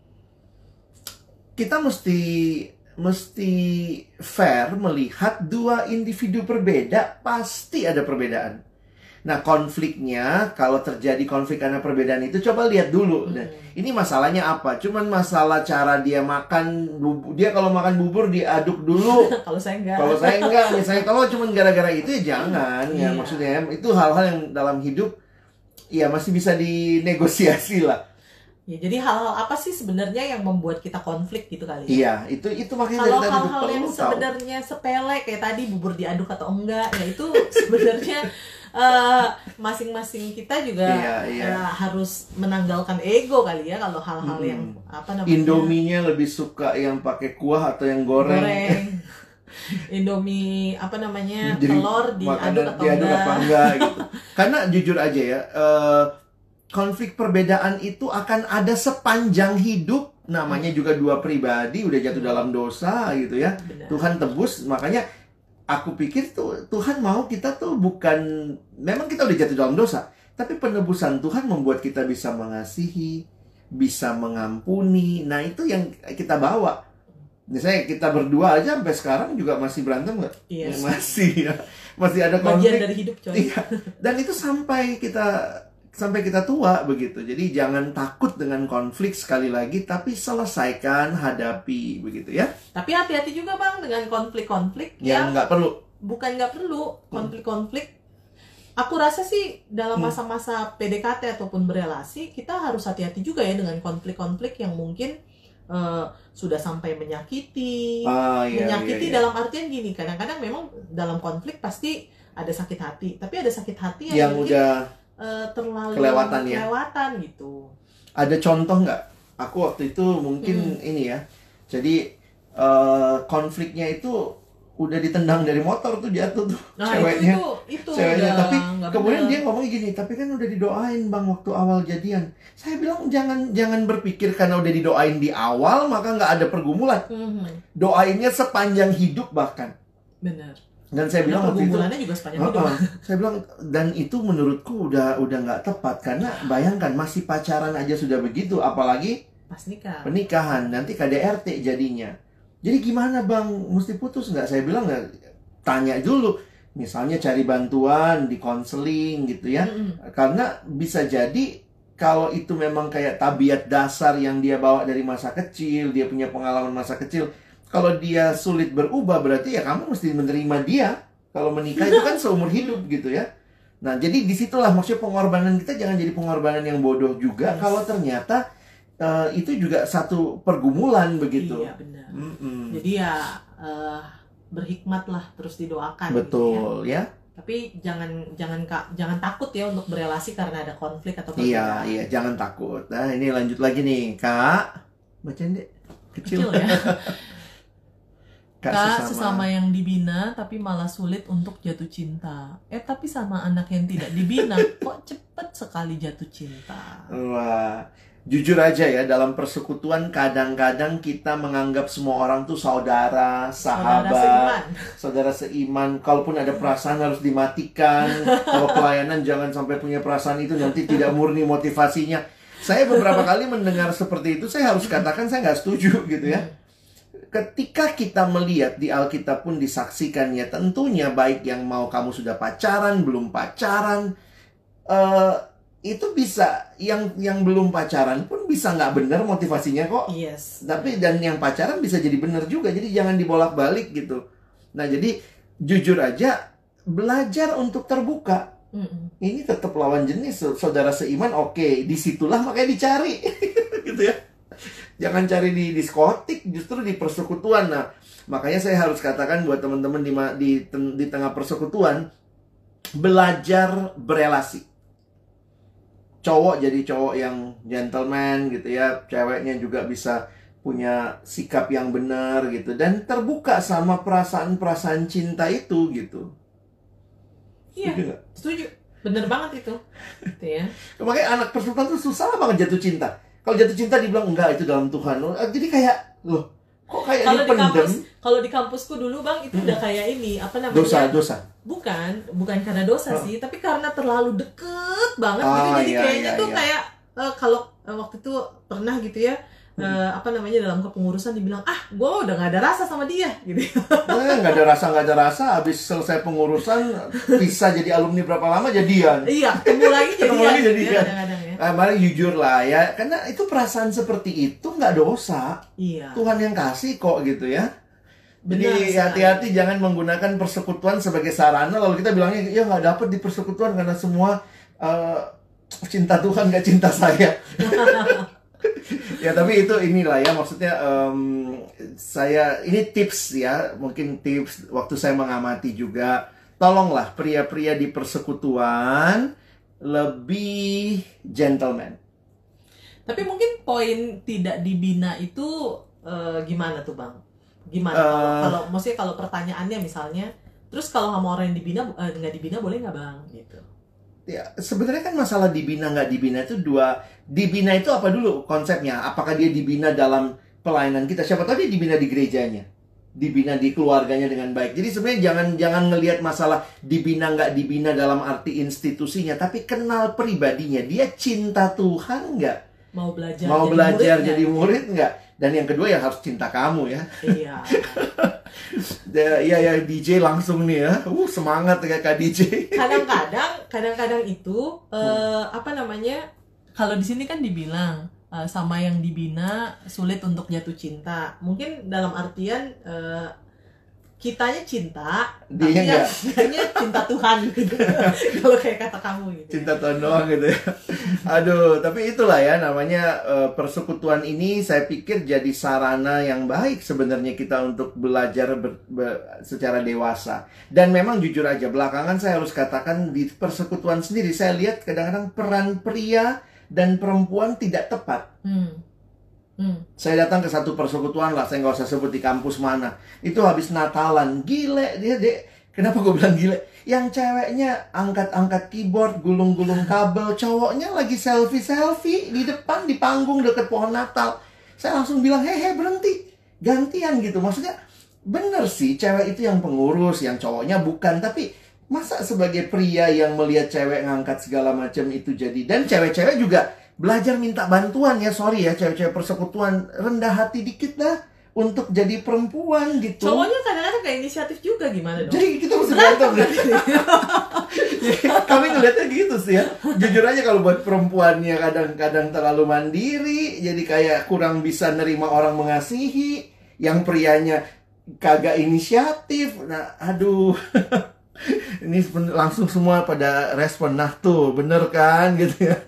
Kita mesti mesti fair melihat dua individu berbeda, pasti ada perbedaan. Nah konfliknya, kalau terjadi konflik karena perbedaan itu, coba lihat dulu. Nah, hmm. ini masalahnya apa? Cuman masalah cara dia makan, bubur. Dia kalau makan bubur diaduk dulu. Kalau saya enggak. Kalau saya enggak, misalnya kalau cuman gara-gara itu ya jangan. Ya maksudnya itu hal-hal yang dalam hidup ya masih bisa dinegosiasi lah. Ya, jadi hal-hal apa sih sebenarnya yang membuat kita konflik gitu kali ya? Iya, itu itu makanya kalau hal-hal yang sebenarnya sepele kayak tadi bubur diaduk atau enggak, ya itu sebenarnya Uh, masing-masing kita juga iya, iya. Uh, harus menanggalkan ego kali ya kalau hal-hal hmm. yang apa namanya Indominya lebih suka yang pakai kuah atau yang goreng, goreng. Indomie apa namanya jadi, telur diaduk atau diaduk enggak, apa enggak gitu. Karena jujur aja ya uh, konflik perbedaan itu akan ada sepanjang hidup. Namanya juga dua pribadi udah jatuh dalam dosa gitu ya. Benar. Tuhan tebus, makanya aku pikir tuh Tuhan mau kita tuh bukan, memang kita udah jatuh dalam dosa, tapi penebusan Tuhan membuat kita bisa mengasihi, bisa mengampuni. Nah itu yang kita bawa. Misalnya kita berdua aja sampai sekarang juga masih berantem nggak? Iya, masih ya, masih ada konflik. Bagian dari hidup coy. Iya. Dan itu sampai kita sampai kita tua begitu. Jadi jangan takut dengan konflik sekali lagi, tapi selesaikan, hadapi begitu ya. Tapi hati-hati juga Bang dengan konflik-konflik Yang yang nggak perlu. bukan nggak perlu, konflik-konflik. Aku rasa sih dalam Hmm. masa-masa P D K T ataupun berelasi, kita harus hati-hati juga ya dengan konflik-konflik yang mungkin eh, sudah sampai menyakiti. Ah, iya, Menyakiti iya, iya. dalam artian gini, kadang-kadang memang dalam konflik pasti ada sakit hati, tapi ada sakit hati yang, Yang mungkin udah eh, terlalu kelewatan ya? kelewatan gitu. Ada contoh nggak? Aku waktu itu mungkin Hmm. ini ya. Jadi eh, konfliknya itu udah ditendang dari motor tuh, jatuh tuh Nah, ceweknya. itu itu, itu Ceweknya, udah tapi nggak kemudian benar. dia ngomong gini, tapi kan udah didoain bang waktu awal jadian. Saya bilang jangan jangan berpikir karena udah didoain di awal maka nggak ada pergumulan. Mhm, Doainnya sepanjang hidup bahkan. benar. Dan saya bilang Nah, waktu itu, pergumulannya juga sepanjang hidup. "Uh-uh." saya bilang, dan itu menurutku udah udah nggak tepat karena bayangkan masih pacaran aja sudah begitu, apalagi Pas nikah. pernikahan nanti K D R T jadinya. Jadi gimana bang, mesti putus nggak? Saya bilang nggak, tanya dulu. Misalnya cari bantuan di konseling gitu ya. Mhm. Karena bisa jadi kalau itu memang kayak tabiat dasar yang dia bawa dari masa kecil, dia punya pengalaman masa kecil. Kalau dia sulit berubah berarti ya kamu mesti menerima dia. Kalau menikah itu kan seumur hidup gitu ya. Nah jadi disitulah maksudnya pengorbanan kita jangan jadi pengorbanan yang bodoh juga. Yes. Kalau ternyata eh, itu juga satu pergumulan begitu. Iya benar. Mm-mm. Jadi ya eh, berhikmatlah, terus didoakan gitu ya. Betul ya. Tapi jangan jangan Kak, jangan takut ya untuk berelasi karena ada konflik atau Iya, perbedaan. iya, jangan takut. Nah, ini lanjut lagi nih, Kak. Bacain deh. Kecil. Kecil ya. Kak, Kak, sesama yang dibina tapi malah sulit untuk jatuh cinta. Eh tapi sama anak yang tidak dibina kok cepet sekali jatuh cinta. Wah, jujur aja ya, dalam persekutuan kadang-kadang kita menganggap semua orang tuh saudara, Saudara sahabat, seiman. saudara seiman. Kalaupun ada perasaan harus dimatikan. Kalau pelayanan jangan sampai punya perasaan itu, nanti tidak murni motivasinya. Saya beberapa kali mendengar seperti itu, saya harus katakan saya nggak setuju gitu ya. Ketika kita melihat di Alkitab pun disaksikannya, tentunya baik yang mau kamu sudah pacaran, belum pacaran, eh, itu bisa, yang yang belum pacaran pun bisa nggak benar motivasinya kok. Yes. Tapi dan yang pacaran bisa jadi benar juga, jadi jangan dibolak-balik gitu. Nah jadi jujur aja, belajar untuk terbuka. Mm-mm. Ini tetap lawan jenis, saudara seiman, oke, disitulah makanya dicari, gitu ya. Jangan cari di diskotik, justru di persekutuan. Nah, makanya saya harus katakan buat teman-teman di, ma- di ten- di tengah persekutuan, belajar berelasi. Cowok jadi cowok yang gentleman gitu ya, ceweknya juga bisa punya sikap yang benar gitu, dan terbuka sama perasaan-perasaan cinta itu gitu. Iya, Setuju nggak? setuju. Bener banget itu. Gitu ya. Makanya anak persekutuan tuh susah banget jatuh cinta. Kalau jatuh cinta dibilang enggak, itu dalam Tuhan. Jadi kayak loh, kok kayak Kalau di dipendem? kampus, kalau di kampusku dulu Bang itu udah kayak ini, apa namanya? Dosa-dosa. Bukan, bukan karena dosa Oh. sih, tapi karena terlalu deket banget gitu. Ah, Jadi iya, kayaknya iya, tuh iya. kayak eh, kalau eh, waktu itu pernah gitu ya, Hmm. eh, apa namanya dalam kepengurusan dibilang, ah, gue udah gak ada rasa sama dia, gitu. Eh, nggak ada rasa, nggak ada rasa. Habis selesai pengurusan, bisa jadi alumni berapa lama jadian. Iya, ketemu lagi jadi Ketemu lagi jadian. kadang-kadang ya. Ah, mari jujur lah ya, karena itu perasaan seperti itu nggak dosa. Iya. Tuhan yang kasih kok gitu ya. Benar Jadi sekali. hati-hati jangan menggunakan persekutuan sebagai sarana. Lalu kita bilangnya, ya nggak dapet di persekutuan karena semua eh, cinta Tuhan nggak cinta saya. Ya tapi itu inilah ya, maksudnya em, saya ini tips ya, mungkin tips waktu saya mengamati juga. Tolonglah pria-pria di persekutuan lebih gentleman. Tapi mungkin poin tidak dibina itu eh, gimana tuh Bang? Gimana Eh. kalau, kalau maksudnya kalau pertanyaannya misalnya, terus kalau sama orang yang dibina eh, nggak dibina boleh nggak Bang? Gitu. Ya, sebenarnya kan masalah dibina nggak dibina itu dua. Dibina itu apa dulu konsepnya? Apakah dia dibina dalam pelayanan kita? Siapa tahu dia dibina di gerejanya, dibina di keluarganya dengan baik. Jadi sebenarnya jangan jangan ngelihat masalah dibina nggak dibina dalam arti institusinya, tapi kenal pribadinya. Dia cinta Tuhan nggak? mau belajar mau jadi belajar murid jadi nggak? murid nggak? Dan yang kedua ya harus cinta kamu ya. Iya. Ya, ya, ya D J langsung nih ya, uh semangat ya Kak D J. Kadang-kadang, kadang-kadang itu eh, apa namanya? Kalau di sini kan dibilang eh, sama yang dibina sulit untuk jatuh cinta. Mungkin dalam artian eh, kitanya cinta, Dia tapi nggak. yang dianya cinta Tuhan gitu. Kalau kayak kata kamu gitu. Cinta Tuhan doang gitu ya. Aduh, tapi itulah ya namanya eh, persekutuan ini saya pikir jadi sarana yang baik sebenarnya kita untuk belajar ber- ber- secara dewasa. Dan memang jujur aja belakangan saya harus katakan di persekutuan sendiri saya lihat kadang-kadang peran pria dan perempuan tidak tepat. Hmm. Hmm. Saya datang ke satu persekutuan lah, saya nggak usah sebut di kampus mana. Itu habis Natalan, gile dia, dia. Kenapa gue bilang gile? Yang ceweknya angkat-angkat keyboard, gulung-gulung kabel, cowoknya lagi selfie-selfie di depan di panggung deket pohon Natal. Saya langsung bilang, hehe berhenti, gantian gitu. Maksudnya bener sih, cewek itu yang pengurus, yang cowoknya bukan. Tapi masa sebagai pria yang melihat cewek ngangkat segala macam itu jadi. Dan cewek-cewek juga belajar minta bantuan ya, sorry ya cewek-cewek persekutuan, rendah hati dikit lah untuk jadi perempuan gitu. Cowoknya kadang-kadang kayak inisiatif juga gimana dong? Jadi kita mesti berantem ya. Jadi kami ngeliatnya gitu sih ya. Jujur aja kalau buat perempuannya kadang-kadang terlalu mandiri, jadi kayak kurang bisa nerima orang mengasihi. Yang prianya kagak inisiatif. Nah, aduh. Ini langsung semua pada respon, nah tuh bener kan gitu ya.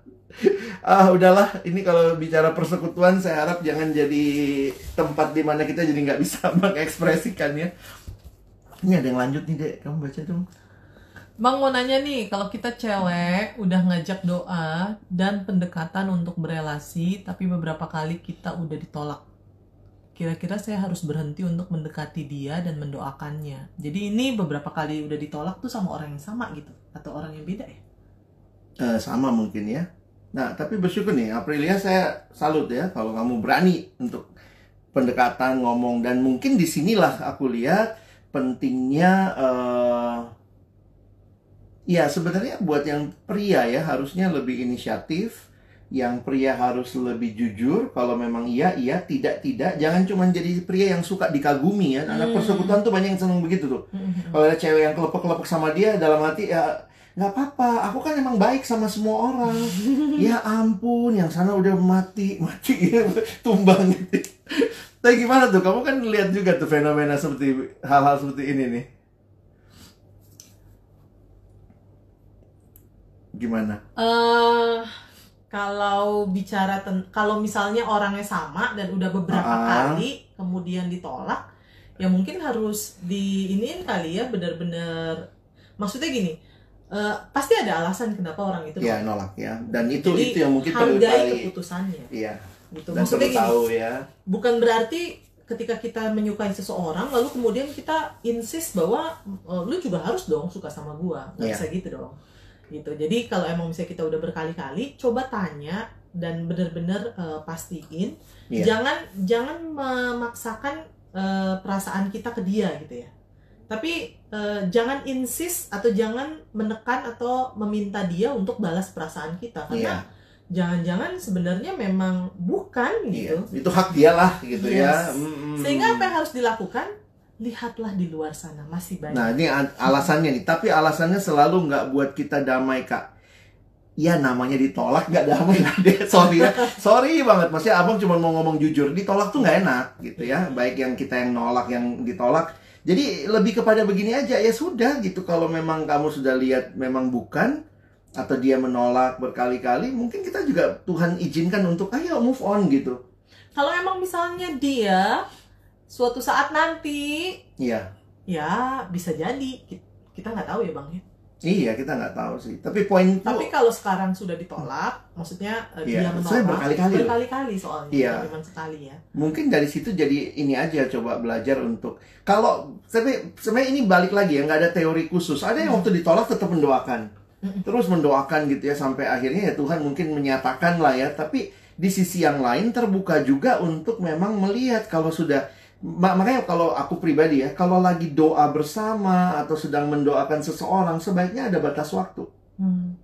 Ah udahlah, ini kalau bicara persekutuan saya harap jangan jadi tempat di mana kita jadi nggak bisa mengekspresikannya. Ini ada yang lanjut nih Dek, kamu baca dong. Bang mau nanya nih, kalau kita cewek udah ngajak doa dan pendekatan untuk berelasi, tapi beberapa kali kita udah ditolak. Kira-kira saya harus berhenti untuk mendekati dia dan mendoakannya. Jadi ini beberapa kali udah ditolak tuh sama orang yang sama gitu? Atau orang yang beda ya? Eh, sama mungkin ya. Nah, tapi bersyukur nih, Aprilia saya salut ya kalau kamu berani untuk pendekatan, ngomong. Dan mungkin disinilah aku lihat pentingnya, uh, ya sebenarnya buat yang pria ya harusnya lebih inisiatif. Yang pria harus lebih jujur, kalau memang iya, iya, tidak, tidak. Jangan cuma jadi pria yang suka dikagumi ya. Anak Hmm. persekutuan tuh banyak yang seneng begitu tuh. Mhm. Kalau ada cewek yang kelepek-kelepek sama dia, dalam hati ya nggak apa-apa, aku kan emang baik sama semua orang. Ya ampun, yang sana udah mati, mati ya, tumbang gitu. Tapi gimana tuh, kamu kan lihat juga tuh fenomena seperti hal-hal seperti ini nih. Gimana? Eh, kalau bicara ten- kalau misalnya orangnya sama dan udah beberapa Ah. kali kemudian ditolak, ya mungkin harus diiniin kali ya, benar-benar. Maksudnya gini, eh, pasti ada alasan kenapa orang itu Ya nolak. nolak ya, dan itu Jadi, itu yang mungkin perlu hargai kali. keputusannya Iya. gitu. Dan Maksudnya perlu gini, tahu ya. bukan berarti ketika kita menyukai seseorang lalu kemudian kita insist bahwa "Oh, lu juga harus dong suka sama gua." Nggak Iya. bisa gitu dong gitu. Jadi kalau emang misalnya kita udah berkali-kali, coba tanya dan benar-benar eh, pastiin. Iya. Jangan jangan memaksakan eh, perasaan kita ke dia gitu ya. Tapi eh, jangan insist atau jangan menekan atau meminta dia untuk balas perasaan kita, karena Iya. jangan-jangan sebenarnya memang bukan Iya. gitu. Itu hak dia lah gitu ya. Yes. Mm-mm. Sehingga apa yang harus dilakukan? Lihatlah di luar sana, masih banyak. Nah ini a- alasannya nih, tapi alasannya selalu nggak buat kita damai Kak. Ya namanya ditolak nggak damai lah deh, sorry ya, sorry banget. Maksudnya abang cuma mau ngomong jujur, ditolak tuh nggak enak gitu ya. Baik yang kita yang nolak, yang ditolak. Jadi lebih kepada begini aja, ya sudah gitu. Kalau memang kamu sudah lihat memang bukan, atau dia menolak berkali-kali, mungkin kita juga Tuhan izinkan untuk ayo move on gitu. Kalau emang misalnya dia suatu saat nanti, Iya. ya bisa jadi. Kita nggak tahu ya Bang ya. Iya, kita nggak tahu sih. Tapi poin itu, Tapi kalau sekarang sudah ditolak, maksudnya eh, Iya, dia saya menolak berkali-kali loh. berkali-kali soalnya, Iya. bukan cuma sekali ya. mungkin dari situ jadi ini aja, coba belajar untuk kalau tapi sebenarnya ini balik lagi ya, nggak ada teori khusus. Ada yang waktu ditolak tetap mendoakan, Mm-mm. terus mendoakan gitu ya sampai akhirnya ya Tuhan mungkin menyatakan lah ya. Tapi di sisi yang lain terbuka juga untuk memang melihat kalau sudah ma- makanya kalau aku pribadi ya, kalau lagi doa bersama atau sedang mendoakan seseorang, sebaiknya ada batas waktu. Hmm.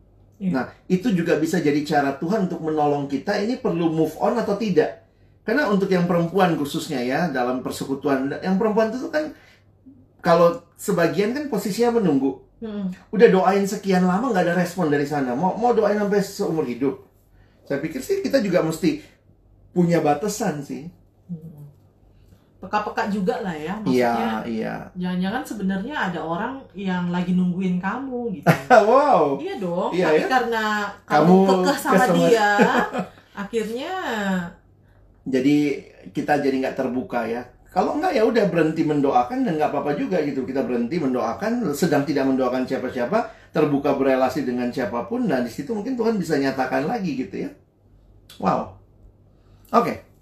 Iya. Nah, itu juga bisa jadi cara Tuhan untuk menolong kita. Ini perlu move on atau tidak? Karena untuk yang perempuan khususnya ya, dalam persekutuan, yang perempuan itu kan, kalau sebagian kan posisinya menunggu. Mm-mm. Udah doain sekian lama nggak ada respon dari sana. Mau mau doain sampai seumur hidup. Saya pikir sih kita juga mesti punya batasan sih. Mm-mm. Peka-peka juga lah ya, Iya, maksudnya iya. jangan-jangan sebenarnya ada orang yang lagi nungguin kamu gitu. Wow. Iya dong, Iya, tapi ya? karena kamu, Kamu kekeh sama kesel- dia, akhirnya Jadi kita jadi nggak terbuka ya. Kalau nggak ya udah berhenti mendoakan dan nggak apa-apa juga gitu. Kita berhenti mendoakan, sedang tidak mendoakan siapa-siapa, terbuka berelasi dengan siapapun. Nah di situ mungkin Tuhan bisa nyatakan lagi gitu ya. Wow. Oke.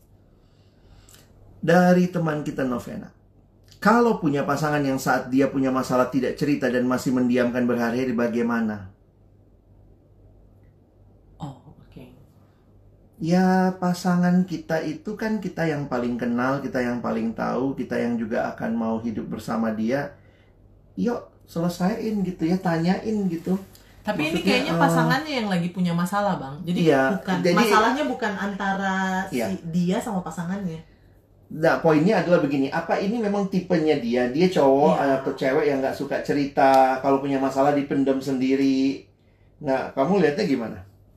Dari teman kita Novena. Kalau punya pasangan yang saat dia punya masalah tidak cerita dan masih mendiamkan berhari-hari, bagaimana? oh oke. Ya, pasangan kita itu kan kita yang paling kenal, kita yang paling tahu, kita yang juga akan mau hidup bersama dia. Yuk, selesaiin gitu ya, tanyain gitu. Tapi ini Maksudnya, kayaknya eh, pasangannya yang lagi punya masalah, Bang. Jadi Iya, bukan jadi- masalahnya bukan antara Iya. si dia sama pasangannya. Nah, poinnya adalah begini, apa ini memang tipenya dia? Dia cowok Iya. atau cewek yang nggak suka cerita, kalau punya masalah dipendam sendiri. Nah, kamu lihatnya gimana?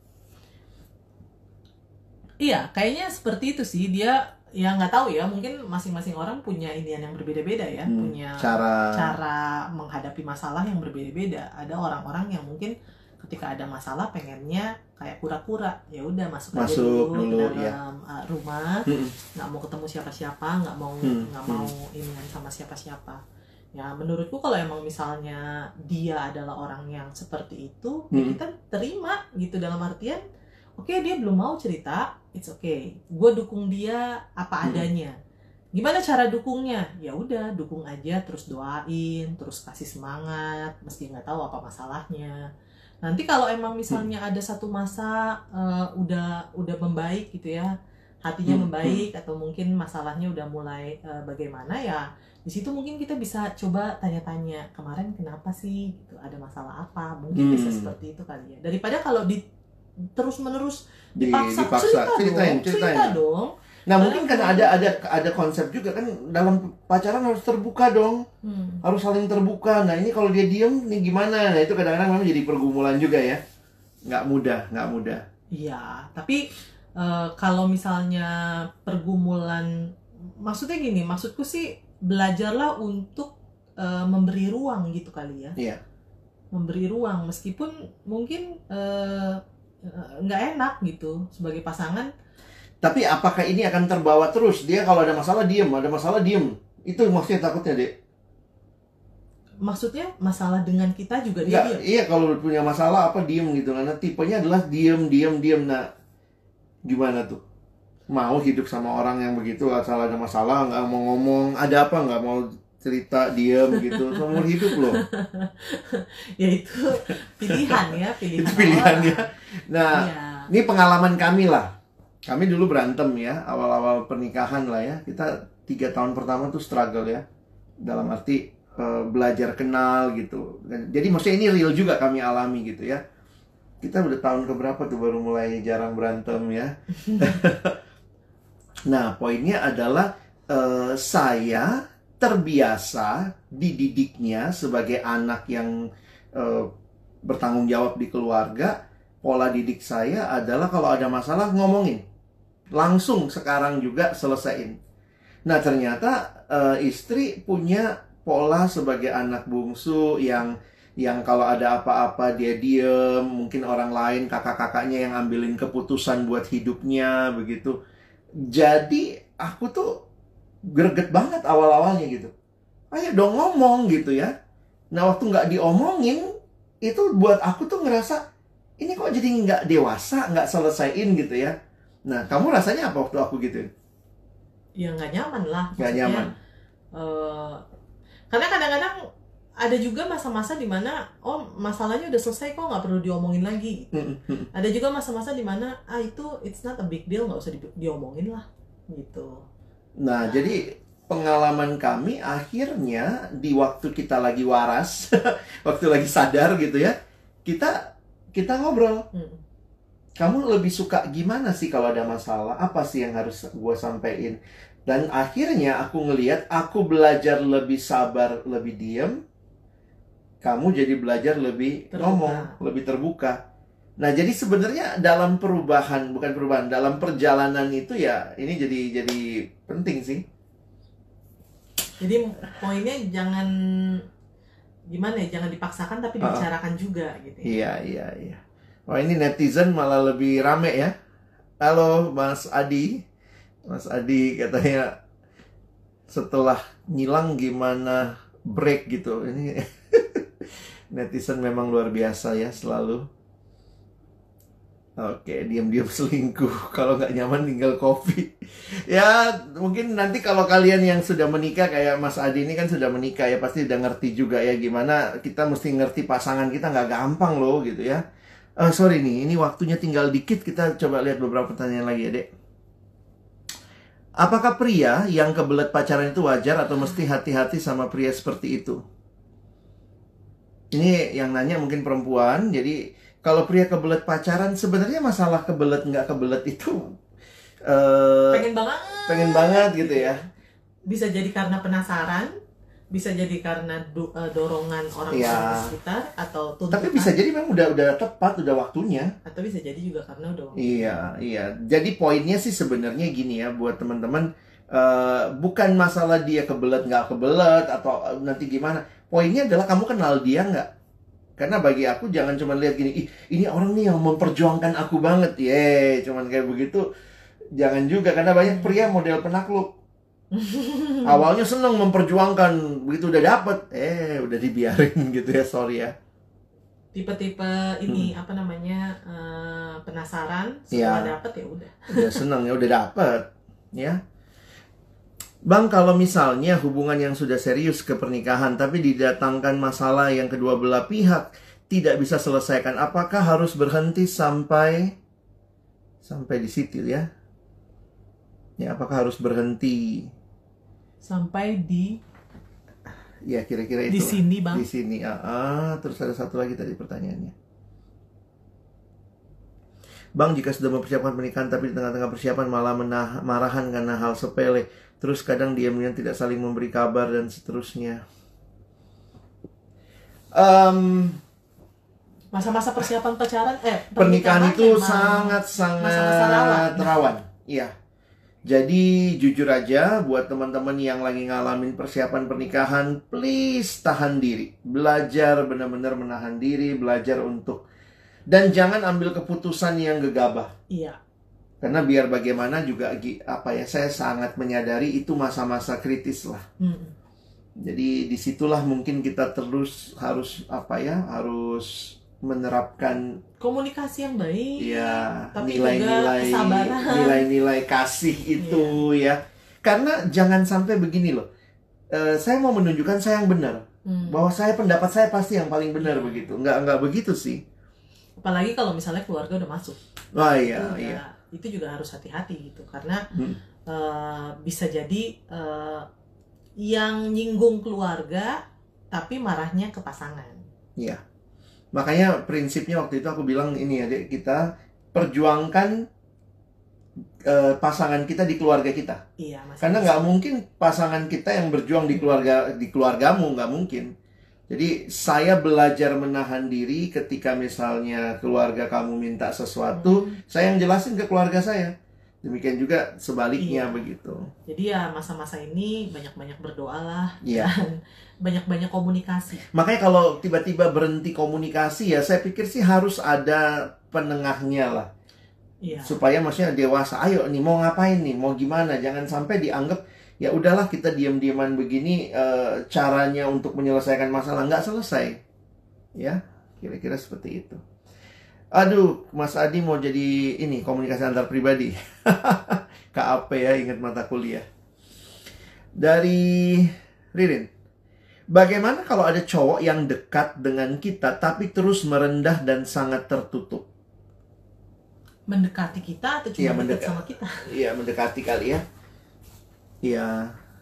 Iya, kayaknya seperti itu sih. Dia ya nggak tahu ya, mungkin masing-masing orang punya inian yang berbeda-beda ya, Hmm, punya cara, cara menghadapi masalah yang berbeda-beda. Ada orang-orang yang mungkin ketika ada masalah pengennya kayak pura-pura, ya udah masuk, aja Masuk dulu, dulu, ke dalam uh, rumah, Mm-mm. nggak mau ketemu siapa-siapa, nggak mau Hmm, nggak mau inian sama siapa-siapa. Ya menurutku kalau emang misalnya dia adalah orang yang seperti itu, ya Hmm. kita terima gitu, dalam artian oke dia belum mau cerita, it's okay, gue dukung dia apa Hmm. adanya. Gimana cara dukungnya? Ya udah dukung aja, terus doain, terus kasih semangat meski nggak tahu apa masalahnya. Nanti kalau emang misalnya ada satu masa eh, udah udah membaik gitu ya, hatinya Hmm, membaik, atau mungkin masalahnya udah mulai eh, bagaimana, ya di situ mungkin kita bisa coba tanya-tanya, kemarin kenapa sih gitu, ada masalah apa, mungkin bisa Hmm. seperti itu kali ya, daripada kalau di terus menerus Di- dipaksa, dipaksa. cerita Ceritain, dong, ceritain. cerita dong. Nah, mungkin kan ada ada ada konsep juga kan, dalam pacaran harus terbuka dong. Hmm. Harus saling terbuka. Nah, ini kalau dia diem, nih gimana? Nah, itu kadang-kadang memang jadi pergumulan juga ya. Nggak mudah, nggak mudah. Iya, tapi eh, kalau misalnya pergumulan, maksudnya gini, maksudku sih belajarlah untuk eh, memberi ruang gitu kali ya. Iya. Memberi ruang meskipun mungkin eh, eh, nggak enak gitu sebagai pasangan. Tapi apakah ini akan terbawa terus? Dia kalau ada masalah diem, ada masalah diem. Itu maksudnya takutnya, Dek. Maksudnya masalah dengan kita juga dia Nggak, diam. iya kalau punya masalah apa diem gitu. Karena tipenya adalah diem, diem, diem. Nah, gimana tuh? Mau hidup sama orang yang begitu, asal ada masalah, nggak mau ngomong, ada apa, nggak mau cerita, diem gitu. Seumur hidup loh. Ya itu pilihan ya, pilihan. Itu pilihannya. orang. Nah, Iya. ini pengalaman kami lah. Kami dulu berantem ya, awal-awal pernikahan lah ya. Kita tiga tahun pertama tuh struggle ya. Dalam arti eh, belajar kenal gitu. Dan- Jadi maksudnya ini real juga kami alami gitu ya. Kita udah tahun keberapa tuh baru mulai jarang berantem ya. Nah, poinnya adalah eh, saya terbiasa dididiknya sebagai anak yang eh, bertanggung jawab di keluarga. Pola didik saya adalah kalau ada masalah ngomongin. Langsung sekarang juga selesaiin. Nah, ternyata eh, istri punya pola sebagai anak bungsu yang yang kalau ada apa-apa dia diem, mungkin orang lain, kakak-kakaknya yang ambilin keputusan buat hidupnya begitu. Jadi aku tuh greget banget awal-awalnya gitu. Ayo dong ngomong gitu ya. Nah, waktu nggak diomongin, itu buat aku tuh ngerasa ini kok jadi nggak dewasa, nggak selesaiin gitu ya. Nah, kamu rasanya apa waktu aku gitu? Ya nggak nyaman lah. Nggak maksudnya. nyaman. Eh, karena kadang-kadang ada juga masa-masa di mana oh masalahnya udah selesai kok, nggak perlu diomongin lagi. Ada juga masa-masa di mana ah itu it's not a big deal, nggak usah di- diomongin lah gitu. Nah, jadi pengalaman kami akhirnya di waktu kita lagi waras, waktu lagi sadar gitu ya, kita kita ngobrol. Hmm. Kamu lebih suka gimana sih kalau ada masalah? Apa sih yang harus gue sampein? Dan akhirnya aku ngelihat aku belajar lebih sabar, lebih diem. Kamu jadi belajar lebih Terbuka. ngomong, lebih terbuka. Nah, jadi sebenarnya dalam perubahan, bukan perubahan, dalam perjalanan itu ya ini jadi jadi penting sih. Jadi poinnya jangan gimana ya, jangan dipaksakan tapi Uh-uh. dibicarakan juga gitu ya. Iya, iya, iya. Wah, ini netizen malah lebih rame ya. Halo Mas Adi. Mas Adi katanya setelah ngilang gimana break gitu. Ini netizen memang luar biasa ya selalu. Oke, diam-diam selingkuh. Kalau nggak nyaman tinggal kopi. Ya, mungkin nanti kalau kalian yang sudah menikah kayak Mas Adi ini kan sudah menikah ya, pasti udah ngerti juga ya gimana kita mesti ngerti pasangan kita, nggak gampang loh gitu ya. Uh, sorry nih, ini waktunya tinggal dikit, kita coba lihat beberapa pertanyaan lagi ya, Dek. Apakah pria yang kebelet pacaran itu wajar atau mesti hati-hati sama pria seperti itu? Ini yang nanya mungkin perempuan, jadi kalau pria kebelet pacaran, sebenarnya masalah kebelet nggak kebelet itu uh, Pengen banget. pengen banget gitu ya. Bisa jadi karena penasaran, bisa jadi karena do, uh, dorongan orang Iya. orang di sekitar atau tuntutan. Tapi bisa jadi memang udah udah tepat, udah waktunya. Atau bisa jadi juga karena udah waktu. Iya, iya. Jadi poinnya sih sebenarnya gini ya buat teman-teman, uh, bukan masalah dia kebelet nggak kebelet atau nanti gimana. Poinnya adalah kamu kenal dia nggak? Karena bagi aku jangan cuma lihat gini, ih ini orang nih yang memperjuangkan aku banget, ye, cuman kayak begitu. Jangan juga, karena banyak pria model penakluk. Awalnya seneng memperjuangkan, begitu udah dapet, eh udah dibiarin gitu ya, sorry ya. Tipe-tipe ini apa namanya uh, penasaran, setelah Iya. dapet ya udah. Udah seneng ya, udah dapet, ya. Bang, kalau misalnya hubungan yang sudah serius ke pernikahan, tapi didatangkan masalah yang kedua belah pihak tidak bisa selesaikan, apakah harus berhenti sampai sampai di situ ya? Ya, apakah harus berhenti? Sampai di Ya, kira-kira itu. di sini, Bang. Di sini. Ah, ah, terus ada satu lagi tadi pertanyaannya. Bang, jika sudah mempersiapkan pernikahan tapi di tengah-tengah persiapan malah menah- marahan karena hal sepele, terus kadang diam-diam tidak saling memberi kabar dan seterusnya. Um, Masa-masa persiapan pacaran, eh pernikahan itu memang sangat-sangat masa-masa rawan. rawan. Iya. Jadi jujur aja buat teman-teman yang lagi ngalamin persiapan pernikahan, please tahan diri. Belajar benar-benar menahan diri, belajar untuk, dan jangan ambil keputusan yang gegabah. Iya. Karena biar bagaimana juga apa ya, saya sangat menyadari itu masa-masa kritis lah. Hmm. Jadi disitulah mungkin kita terus harus apa ya, harus menerapkan Komunikasi yang baik. ya Tapi nilai-nilai, juga kesabaran. nilai-nilai kasih itu ya. Karena jangan sampai begini loh. Eh, saya mau menunjukkan saya yang benar, Hmm. bahwa saya pendapat saya pasti yang paling benar begitu. Nggak nggak begitu sih. Apalagi kalau misalnya keluarga udah masuk. Wah iya itu, juga, iya. itu juga harus hati-hati gitu. Karena Hmm. eh, bisa jadi eh, yang nyinggung keluarga tapi marahnya ke pasangan. Iya. Makanya prinsipnya waktu itu aku bilang ini ya, Dek, kita perjuangkan eh, pasangan kita di keluarga kita. Iya, masih Karena bisa. nggak mungkin pasangan kita yang berjuang di keluarga di keluargamu, nggak mungkin. Jadi saya belajar menahan diri ketika misalnya keluarga kamu minta sesuatu, Hmm. saya yang jelasin ke keluarga saya. Demikian juga sebaliknya Iya. begitu. Jadi ya masa-masa ini banyak-banyak berdoalah Iya. dan banyak-banyak komunikasi. Makanya kalau tiba-tiba berhenti komunikasi ya, saya pikir sih harus ada penengahnya lah. Iya. Supaya maksudnya dewasa, ayo nih mau ngapain nih, mau gimana, jangan sampai dianggap ya udahlah kita diam-diaman begini, eh, caranya untuk menyelesaikan masalah nggak selesai, ya kira-kira seperti itu. Aduh, Mas Adi mau jadi ini komunikasi antar pribadi. K A P ya, ingat mata kuliah. Dari Ririn, bagaimana kalau ada cowok yang dekat dengan kita tapi terus merendah dan sangat tertutup? Mendekati kita atau cuma Iya, dekat mendekat. sama kita? Iya, mendekati kali ya. Iya,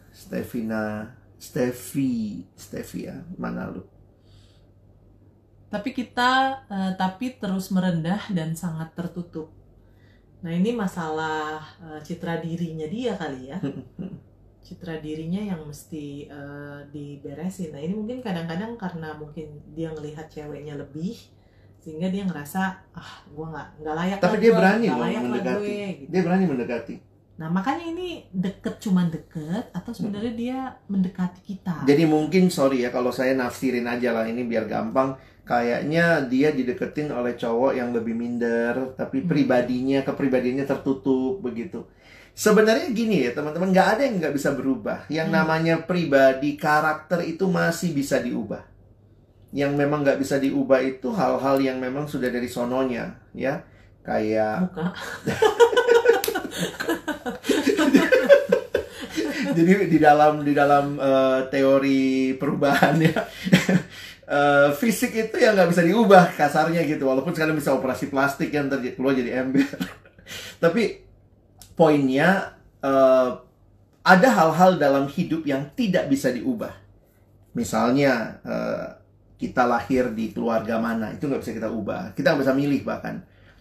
Stevina, Stevi, Stevia, mana lu? Tapi kita uh, tapi terus merendah dan sangat tertutup. Nah ini masalah uh, citra dirinya dia kali ya. Citra dirinya yang mesti uh, diberesin. Nah ini mungkin kadang-kadang karena mungkin dia ngelihat ceweknya lebih, sehingga dia ngerasa ah gue nggak nggak layak. Tapi lah dia gua, berani nggak loh layak lah mendekati. gue, gitu. Dia berani mendekati. Nah makanya ini deket cuman deket atau sebenarnya hmm. dia mendekati kita. Jadi mungkin sorry ya kalau saya nafsirin aja lah ini biar gampang. Kayaknya dia dideketin oleh cowok yang lebih minder, tapi hmm. pribadinya, kepribadiannya tertutup begitu. Sebenarnya gini ya teman-teman, nggak ada yang nggak bisa berubah. Yang hmm. namanya pribadi, karakter itu masih bisa diubah. Yang memang nggak bisa diubah itu hal-hal yang memang sudah dari sononya, ya. Kayak muka. Jadi di dalam di dalam uh, teori perubahan ya, uh, fisik itu yang nggak bisa diubah kasarnya gitu. Walaupun sekarang bisa operasi plastik yang terjadi keluar jadi ember. Tapi poinnya uh, ada hal-hal dalam hidup yang tidak bisa diubah. Misalnya uh, kita lahir di keluarga mana, itu nggak bisa kita ubah. Kita nggak bisa milih bahkan.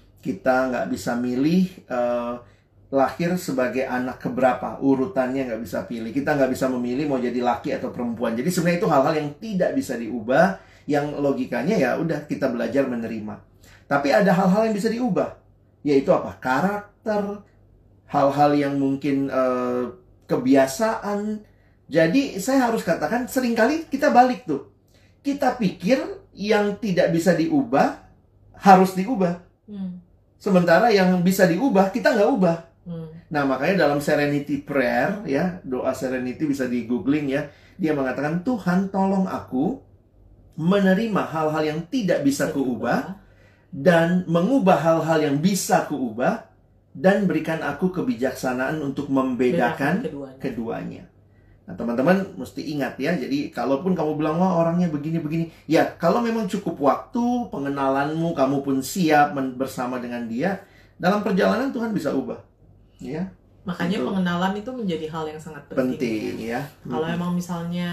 Kita nggak bisa milih uh, lahir sebagai anak keberapa, urutannya nggak bisa pilih. Kita nggak bisa memilih mau jadi laki atau perempuan. Jadi sebenarnya itu hal-hal yang tidak bisa diubah, yang logikanya ya udah kita belajar menerima. Tapi ada hal-hal yang bisa diubah, yaitu apa? Karakter, hal-hal yang mungkin uh, kebiasaan. Jadi saya harus katakan seringkali kita balik tuh. Kita pikir yang tidak bisa diubah harus diubah. Hmm. Sementara yang bisa diubah kita nggak ubah. Hmm. Nah makanya dalam Serenity Prayer ya, doa Serenity bisa di googling ya, dia mengatakan Tuhan tolong aku menerima hal-hal yang tidak bisa kuubah dan mengubah hal-hal yang bisa kuubah dan berikan aku kebijaksanaan untuk membedakan keduanya. keduanya. Nah teman-teman mesti ingat ya, jadi kalaupun kamu bilang wah orangnya begini-begini, ya kalau memang cukup waktu pengenalanmu, kamu pun siap bersama dengan dia, dalam perjalanan Tuhan bisa ubah. Ya, makanya itu pengenalan itu menjadi hal yang sangat penting, penting ya. Kalau hmm. emang misalnya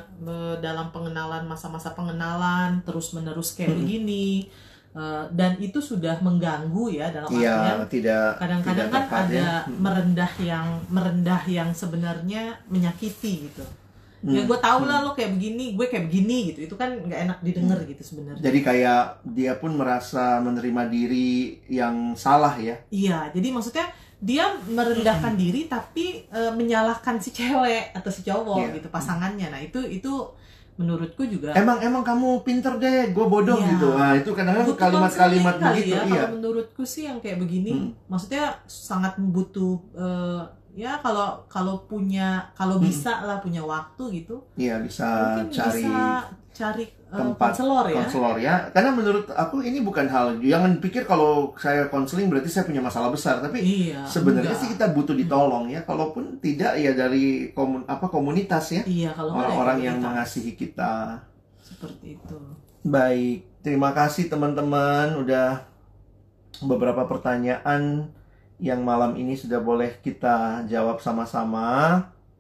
dalam pengenalan, masa-masa pengenalan terus-menerus kayak hmm. begini, uh, dan itu sudah mengganggu ya dalam artian ya, kadang-kadang kan ada hmm. merendah yang merendah yang sebenarnya menyakiti gitu. Hmm. Ya gue tau lah hmm. lo kayak begini, gue kayak begini gitu. Itu kan nggak enak didengar hmm. gitu sebenarnya. Jadi kayak dia pun merasa menerima diri yang salah ya. Iya, jadi maksudnya dia merendahkan diri tapi e, menyalahkan si cewek atau si cowok yeah. gitu, pasangannya. Nah itu itu menurutku juga emang emang kamu pinter deh, gue bodoh yeah. gitu. Nah itu kadang-kadang kalimat-kalimat begitu ya, iya. Kalau menurutku sih yang kayak begini hmm. maksudnya sangat butuh e, ya kalau kalau punya kalau hmm. bisa lah punya waktu gitu. Iya bisa mungkin cari bisa cari tempat konselor ya. Konselor ya. Karena menurut aku ini bukan hal, jangan pikir kalau saya konseling berarti saya punya masalah besar, tapi iya, sebenarnya enggak. sih kita butuh ditolong ya. Kalaupun tidak ya dari komun, apa komunitas ya. Iya, kalau orang-orang yang mengasihi kita. Seperti itu. Baik, terima kasih teman-teman udah beberapa pertanyaan yang malam ini sudah boleh kita jawab sama-sama.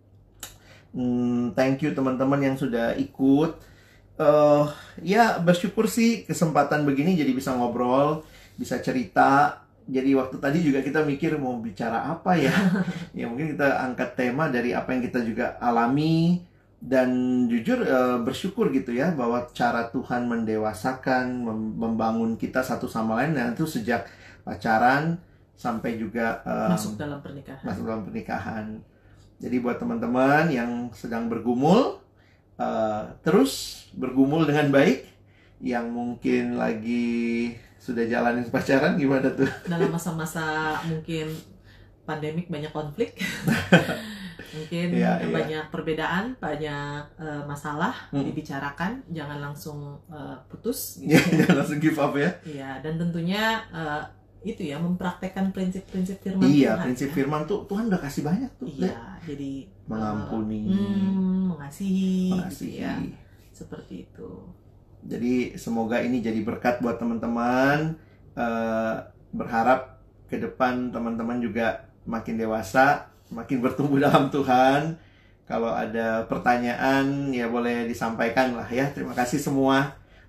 Hmm, thank you teman-teman yang sudah ikut. Uh, ya bersyukur sih kesempatan begini jadi bisa ngobrol, bisa cerita. Jadi waktu tadi juga kita mikir mau bicara apa ya. Ya mungkin kita angkat tema dari apa yang kita juga alami. Dan jujur uh, bersyukur gitu ya bahwa cara Tuhan mendewasakan, mem- membangun kita satu sama lain. Dan itu sejak pacaran sampai juga um, masuk dalam pernikahan. Masuk dalam pernikahan. Jadi buat teman-teman yang sedang bergumul, uh, terus bergumul dengan baik. Yang mungkin lagi sudah jalanin pacaran gimana tuh? Dalam masa-masa mungkin pandemik banyak konflik. Mungkin ya, banyak ya. perbedaan, banyak uh, masalah hmm. dibicarakan. Jangan langsung uh, putus gitu. Jangan langsung give up ya. Iya, dan tentunya uh, itu ya mempraktekkan prinsip-prinsip firman iya, Tuhan. prinsip ya. firman tuh Tuhan udah kasih banyak tuh. Iya, ya. jadi mengampuni, uh, hmm, mengasihi, mengasihi. Gitu ya. Seperti itu. Jadi semoga ini jadi berkat buat teman-teman. Uh, berharap ke depan teman-teman juga makin dewasa, makin bertumbuh dalam Tuhan. Kalau ada pertanyaan ya boleh disampaikan lah ya. Terima kasih semua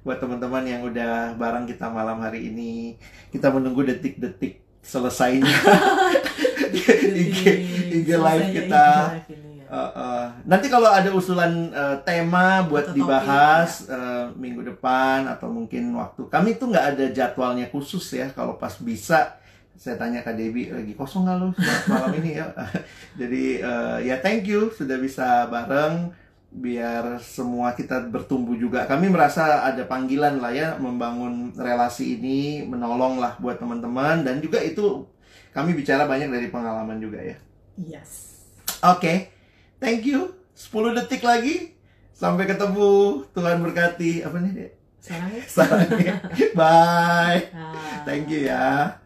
buat teman-teman yang udah bareng kita malam hari ini. Kita menunggu detik-detik selesainya I G, I G live kita. Uh, uh. Nanti kalau ada usulan uh, tema buat atau dibahas topik, ya. uh, minggu depan atau mungkin waktu, kami tuh nggak ada jadwalnya khusus ya. Kalau pas bisa saya tanya Kak Debbie, lagi kosong nggak lu malam ini ya. Jadi uh, ya thank you sudah bisa bareng, biar semua kita bertumbuh juga. Kami merasa ada panggilan lah ya, membangun relasi ini, menolong lah buat teman-teman. Dan juga itu kami bicara banyak dari pengalaman juga ya. Yes. Oke, okay. Thank you. sepuluh detik lagi. Sampai ketemu. Tuhan berkati. Apa nih, Dek? Sarangnya. Sarangnya. Bye. Ah. Thank you ya.